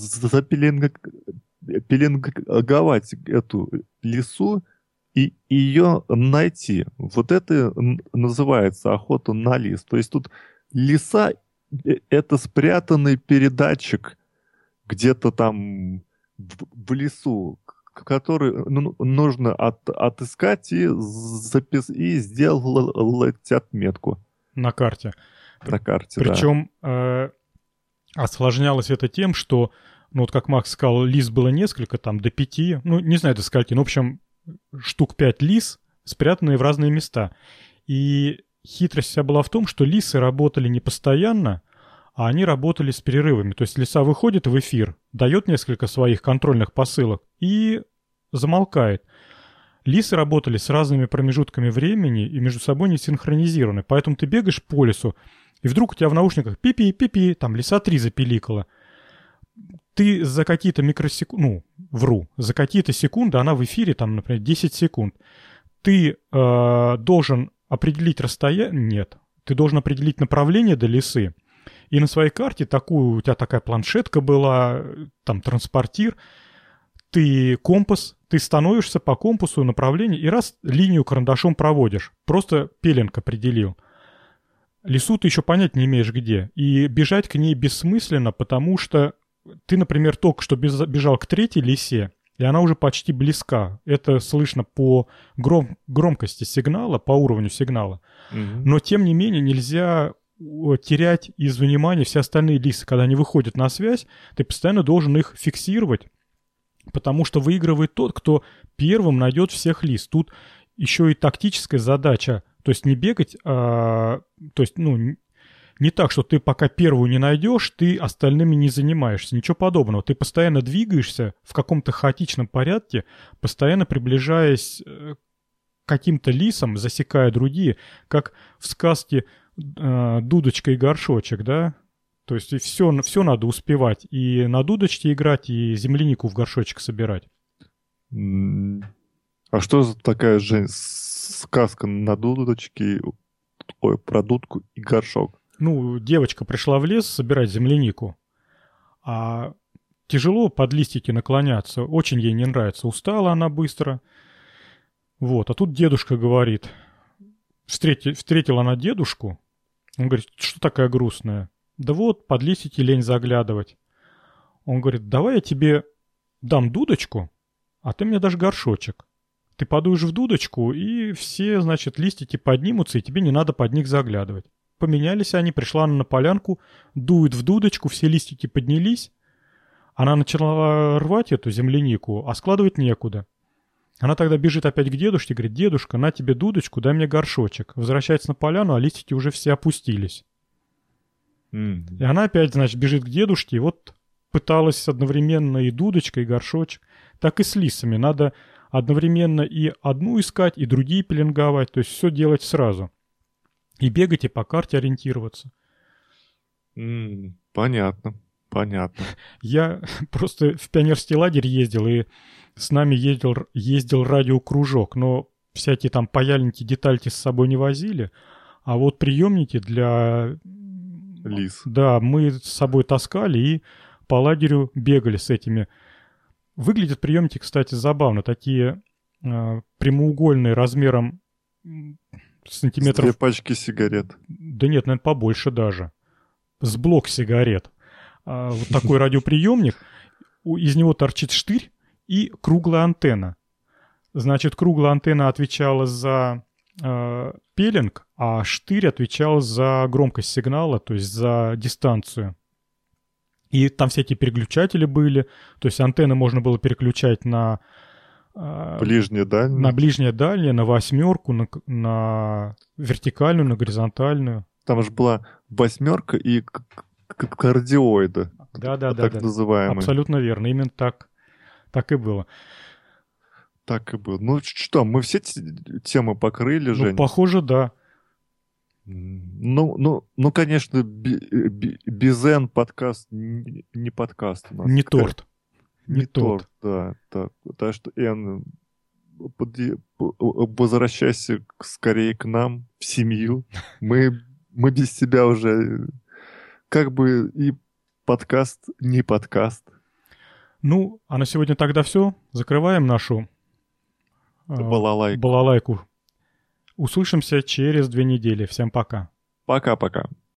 запеленговать эту лису и ее найти. Вот это называется охота на лис. То есть тут лиса — это спрятанный передатчик где-то там в, в лесу, который ну, нужно от, отыскать и, запис, и сделать отметку. На карте. На карте, Причем да. э, осложнялось это тем, что, ну вот как Макс сказал, лис было несколько, там до пяти, ну не знаю до скольки, но в общем штук пять лис, спрятанные в разные места. И хитрость вся была в том, что лисы работали не постоянно, а они работали с перерывами. То есть лиса выходит в эфир, дает несколько своих контрольных посылок и замолкает. Лисы работали с разными промежутками времени и между собой не синхронизированы. Поэтому ты бегаешь по лесу, и вдруг у тебя в наушниках пи-пи, пи-пи, там лиса три запиликала. Ты за какие-то микросекунды, ну, вру, за какие-то секунды, она в эфире, там, например, десять секунд, ты э, должен определить расстояние, нет, ты должен определить направление до лисы, и на своей карте такую, у тебя такая планшетка была, там, транспортир, ты компас, ты становишься по компасу направления и раз линию карандашом проводишь, просто пеленг определил. Лису ты еще понять не имеешь где, и бежать к ней бессмысленно, потому что ты, например, только что бежал к третьей лисе, и она уже почти близка. Это слышно по гром- громкости сигнала, по уровню сигнала. Mm-hmm. Но, тем не менее, нельзя терять из внимания все остальные лисы. Когда они выходят на связь, ты постоянно должен их фиксировать, потому что выигрывает тот, кто первым найдет всех лис. Тут еще и тактическая задача. То есть не бегать, а, то есть, ну, не так, что ты пока первую не найдешь, ты остальными не занимаешься. Ничего подобного. Ты постоянно двигаешься в каком-то хаотичном порядке, постоянно приближаясь к каким-то лисам, засекая другие, как в сказке э, «Дудочка и горшочек», да? То есть и все, все надо успевать. И на дудочке играть, и землянику в горшочек собирать. А что за такая же сказка на дудочке, ой, про дудку и горшок? Ну, девочка пришла в лес собирать землянику, а тяжело под листики наклоняться, очень ей не нравится. Устала она быстро. Вот, а тут дедушка говорит, встрети, встретила она дедушку, он говорит, что такая грустная? Да вот, под листики лень заглядывать. Он говорит, давай я тебе дам дудочку, а ты мне дашь горшочек. Ты подуешь в дудочку, и все, значит, листики поднимутся, и тебе не надо под них заглядывать. Поменялись они, пришла она на полянку, дует в дудочку, все листики поднялись. Она начала рвать эту землянику, а складывать некуда. Она тогда бежит опять к дедушке, говорит, дедушка, на тебе дудочку, дай мне горшочек. Возвращается на поляну, а листики уже все опустились. Mm-hmm. И она опять, значит, бежит к дедушке, и вот пыталась одновременно и дудочка, и горшочек. Так и с лисами. Надо одновременно и одну искать, и другие пеленговать, то есть все делать сразу. И бегать, и по карте ориентироваться. Mm, понятно, понятно. Я просто в пионерский лагерь ездил, и с нами ездил, ездил радиокружок, но всякие там паяльники, детальки с собой не возили, а вот приемники для... Лис. Да, мы с собой таскали и по лагерю бегали с этими. Выглядят приемники, кстати, забавно. Такие э, прямоугольные размером сантиметров... Две пачки сигарет. Да нет, наверное, побольше даже. С блок сигарет. А, вот такой радиоприемник. Из него торчит штырь и круглая антенна. Значит, круглая антенна отвечала за э, пеленг, а штырь отвечал за громкость сигнала, то есть за дистанцию. И там всякие переключатели были, то есть антенны можно было переключать на... Ближнее, дальнее. На ближнее, дальнее, на восьмерку, на, на вертикальную, на горизонтальную. Там же была восьмерка и кардиоиды. Да, да, да. Так да. называемые. Абсолютно верно. Именно так, так и было. Так и было. Ну что, мы все темы покрыли, Жень? Ну, похоже, да. Ну, ну, ну, конечно, без Н подкаст не подкаст у нас. Не торт. Не, не торт, торт, да. Так, так что, Н, возвращайся скорее к нам, в семью. Мы, мы без тебя уже как бы и подкаст, не подкаст. Ну, а на сегодня тогда все. Закрываем нашу балалайку. балалайку. Услышимся через две недели. Всем пока. Пока-пока.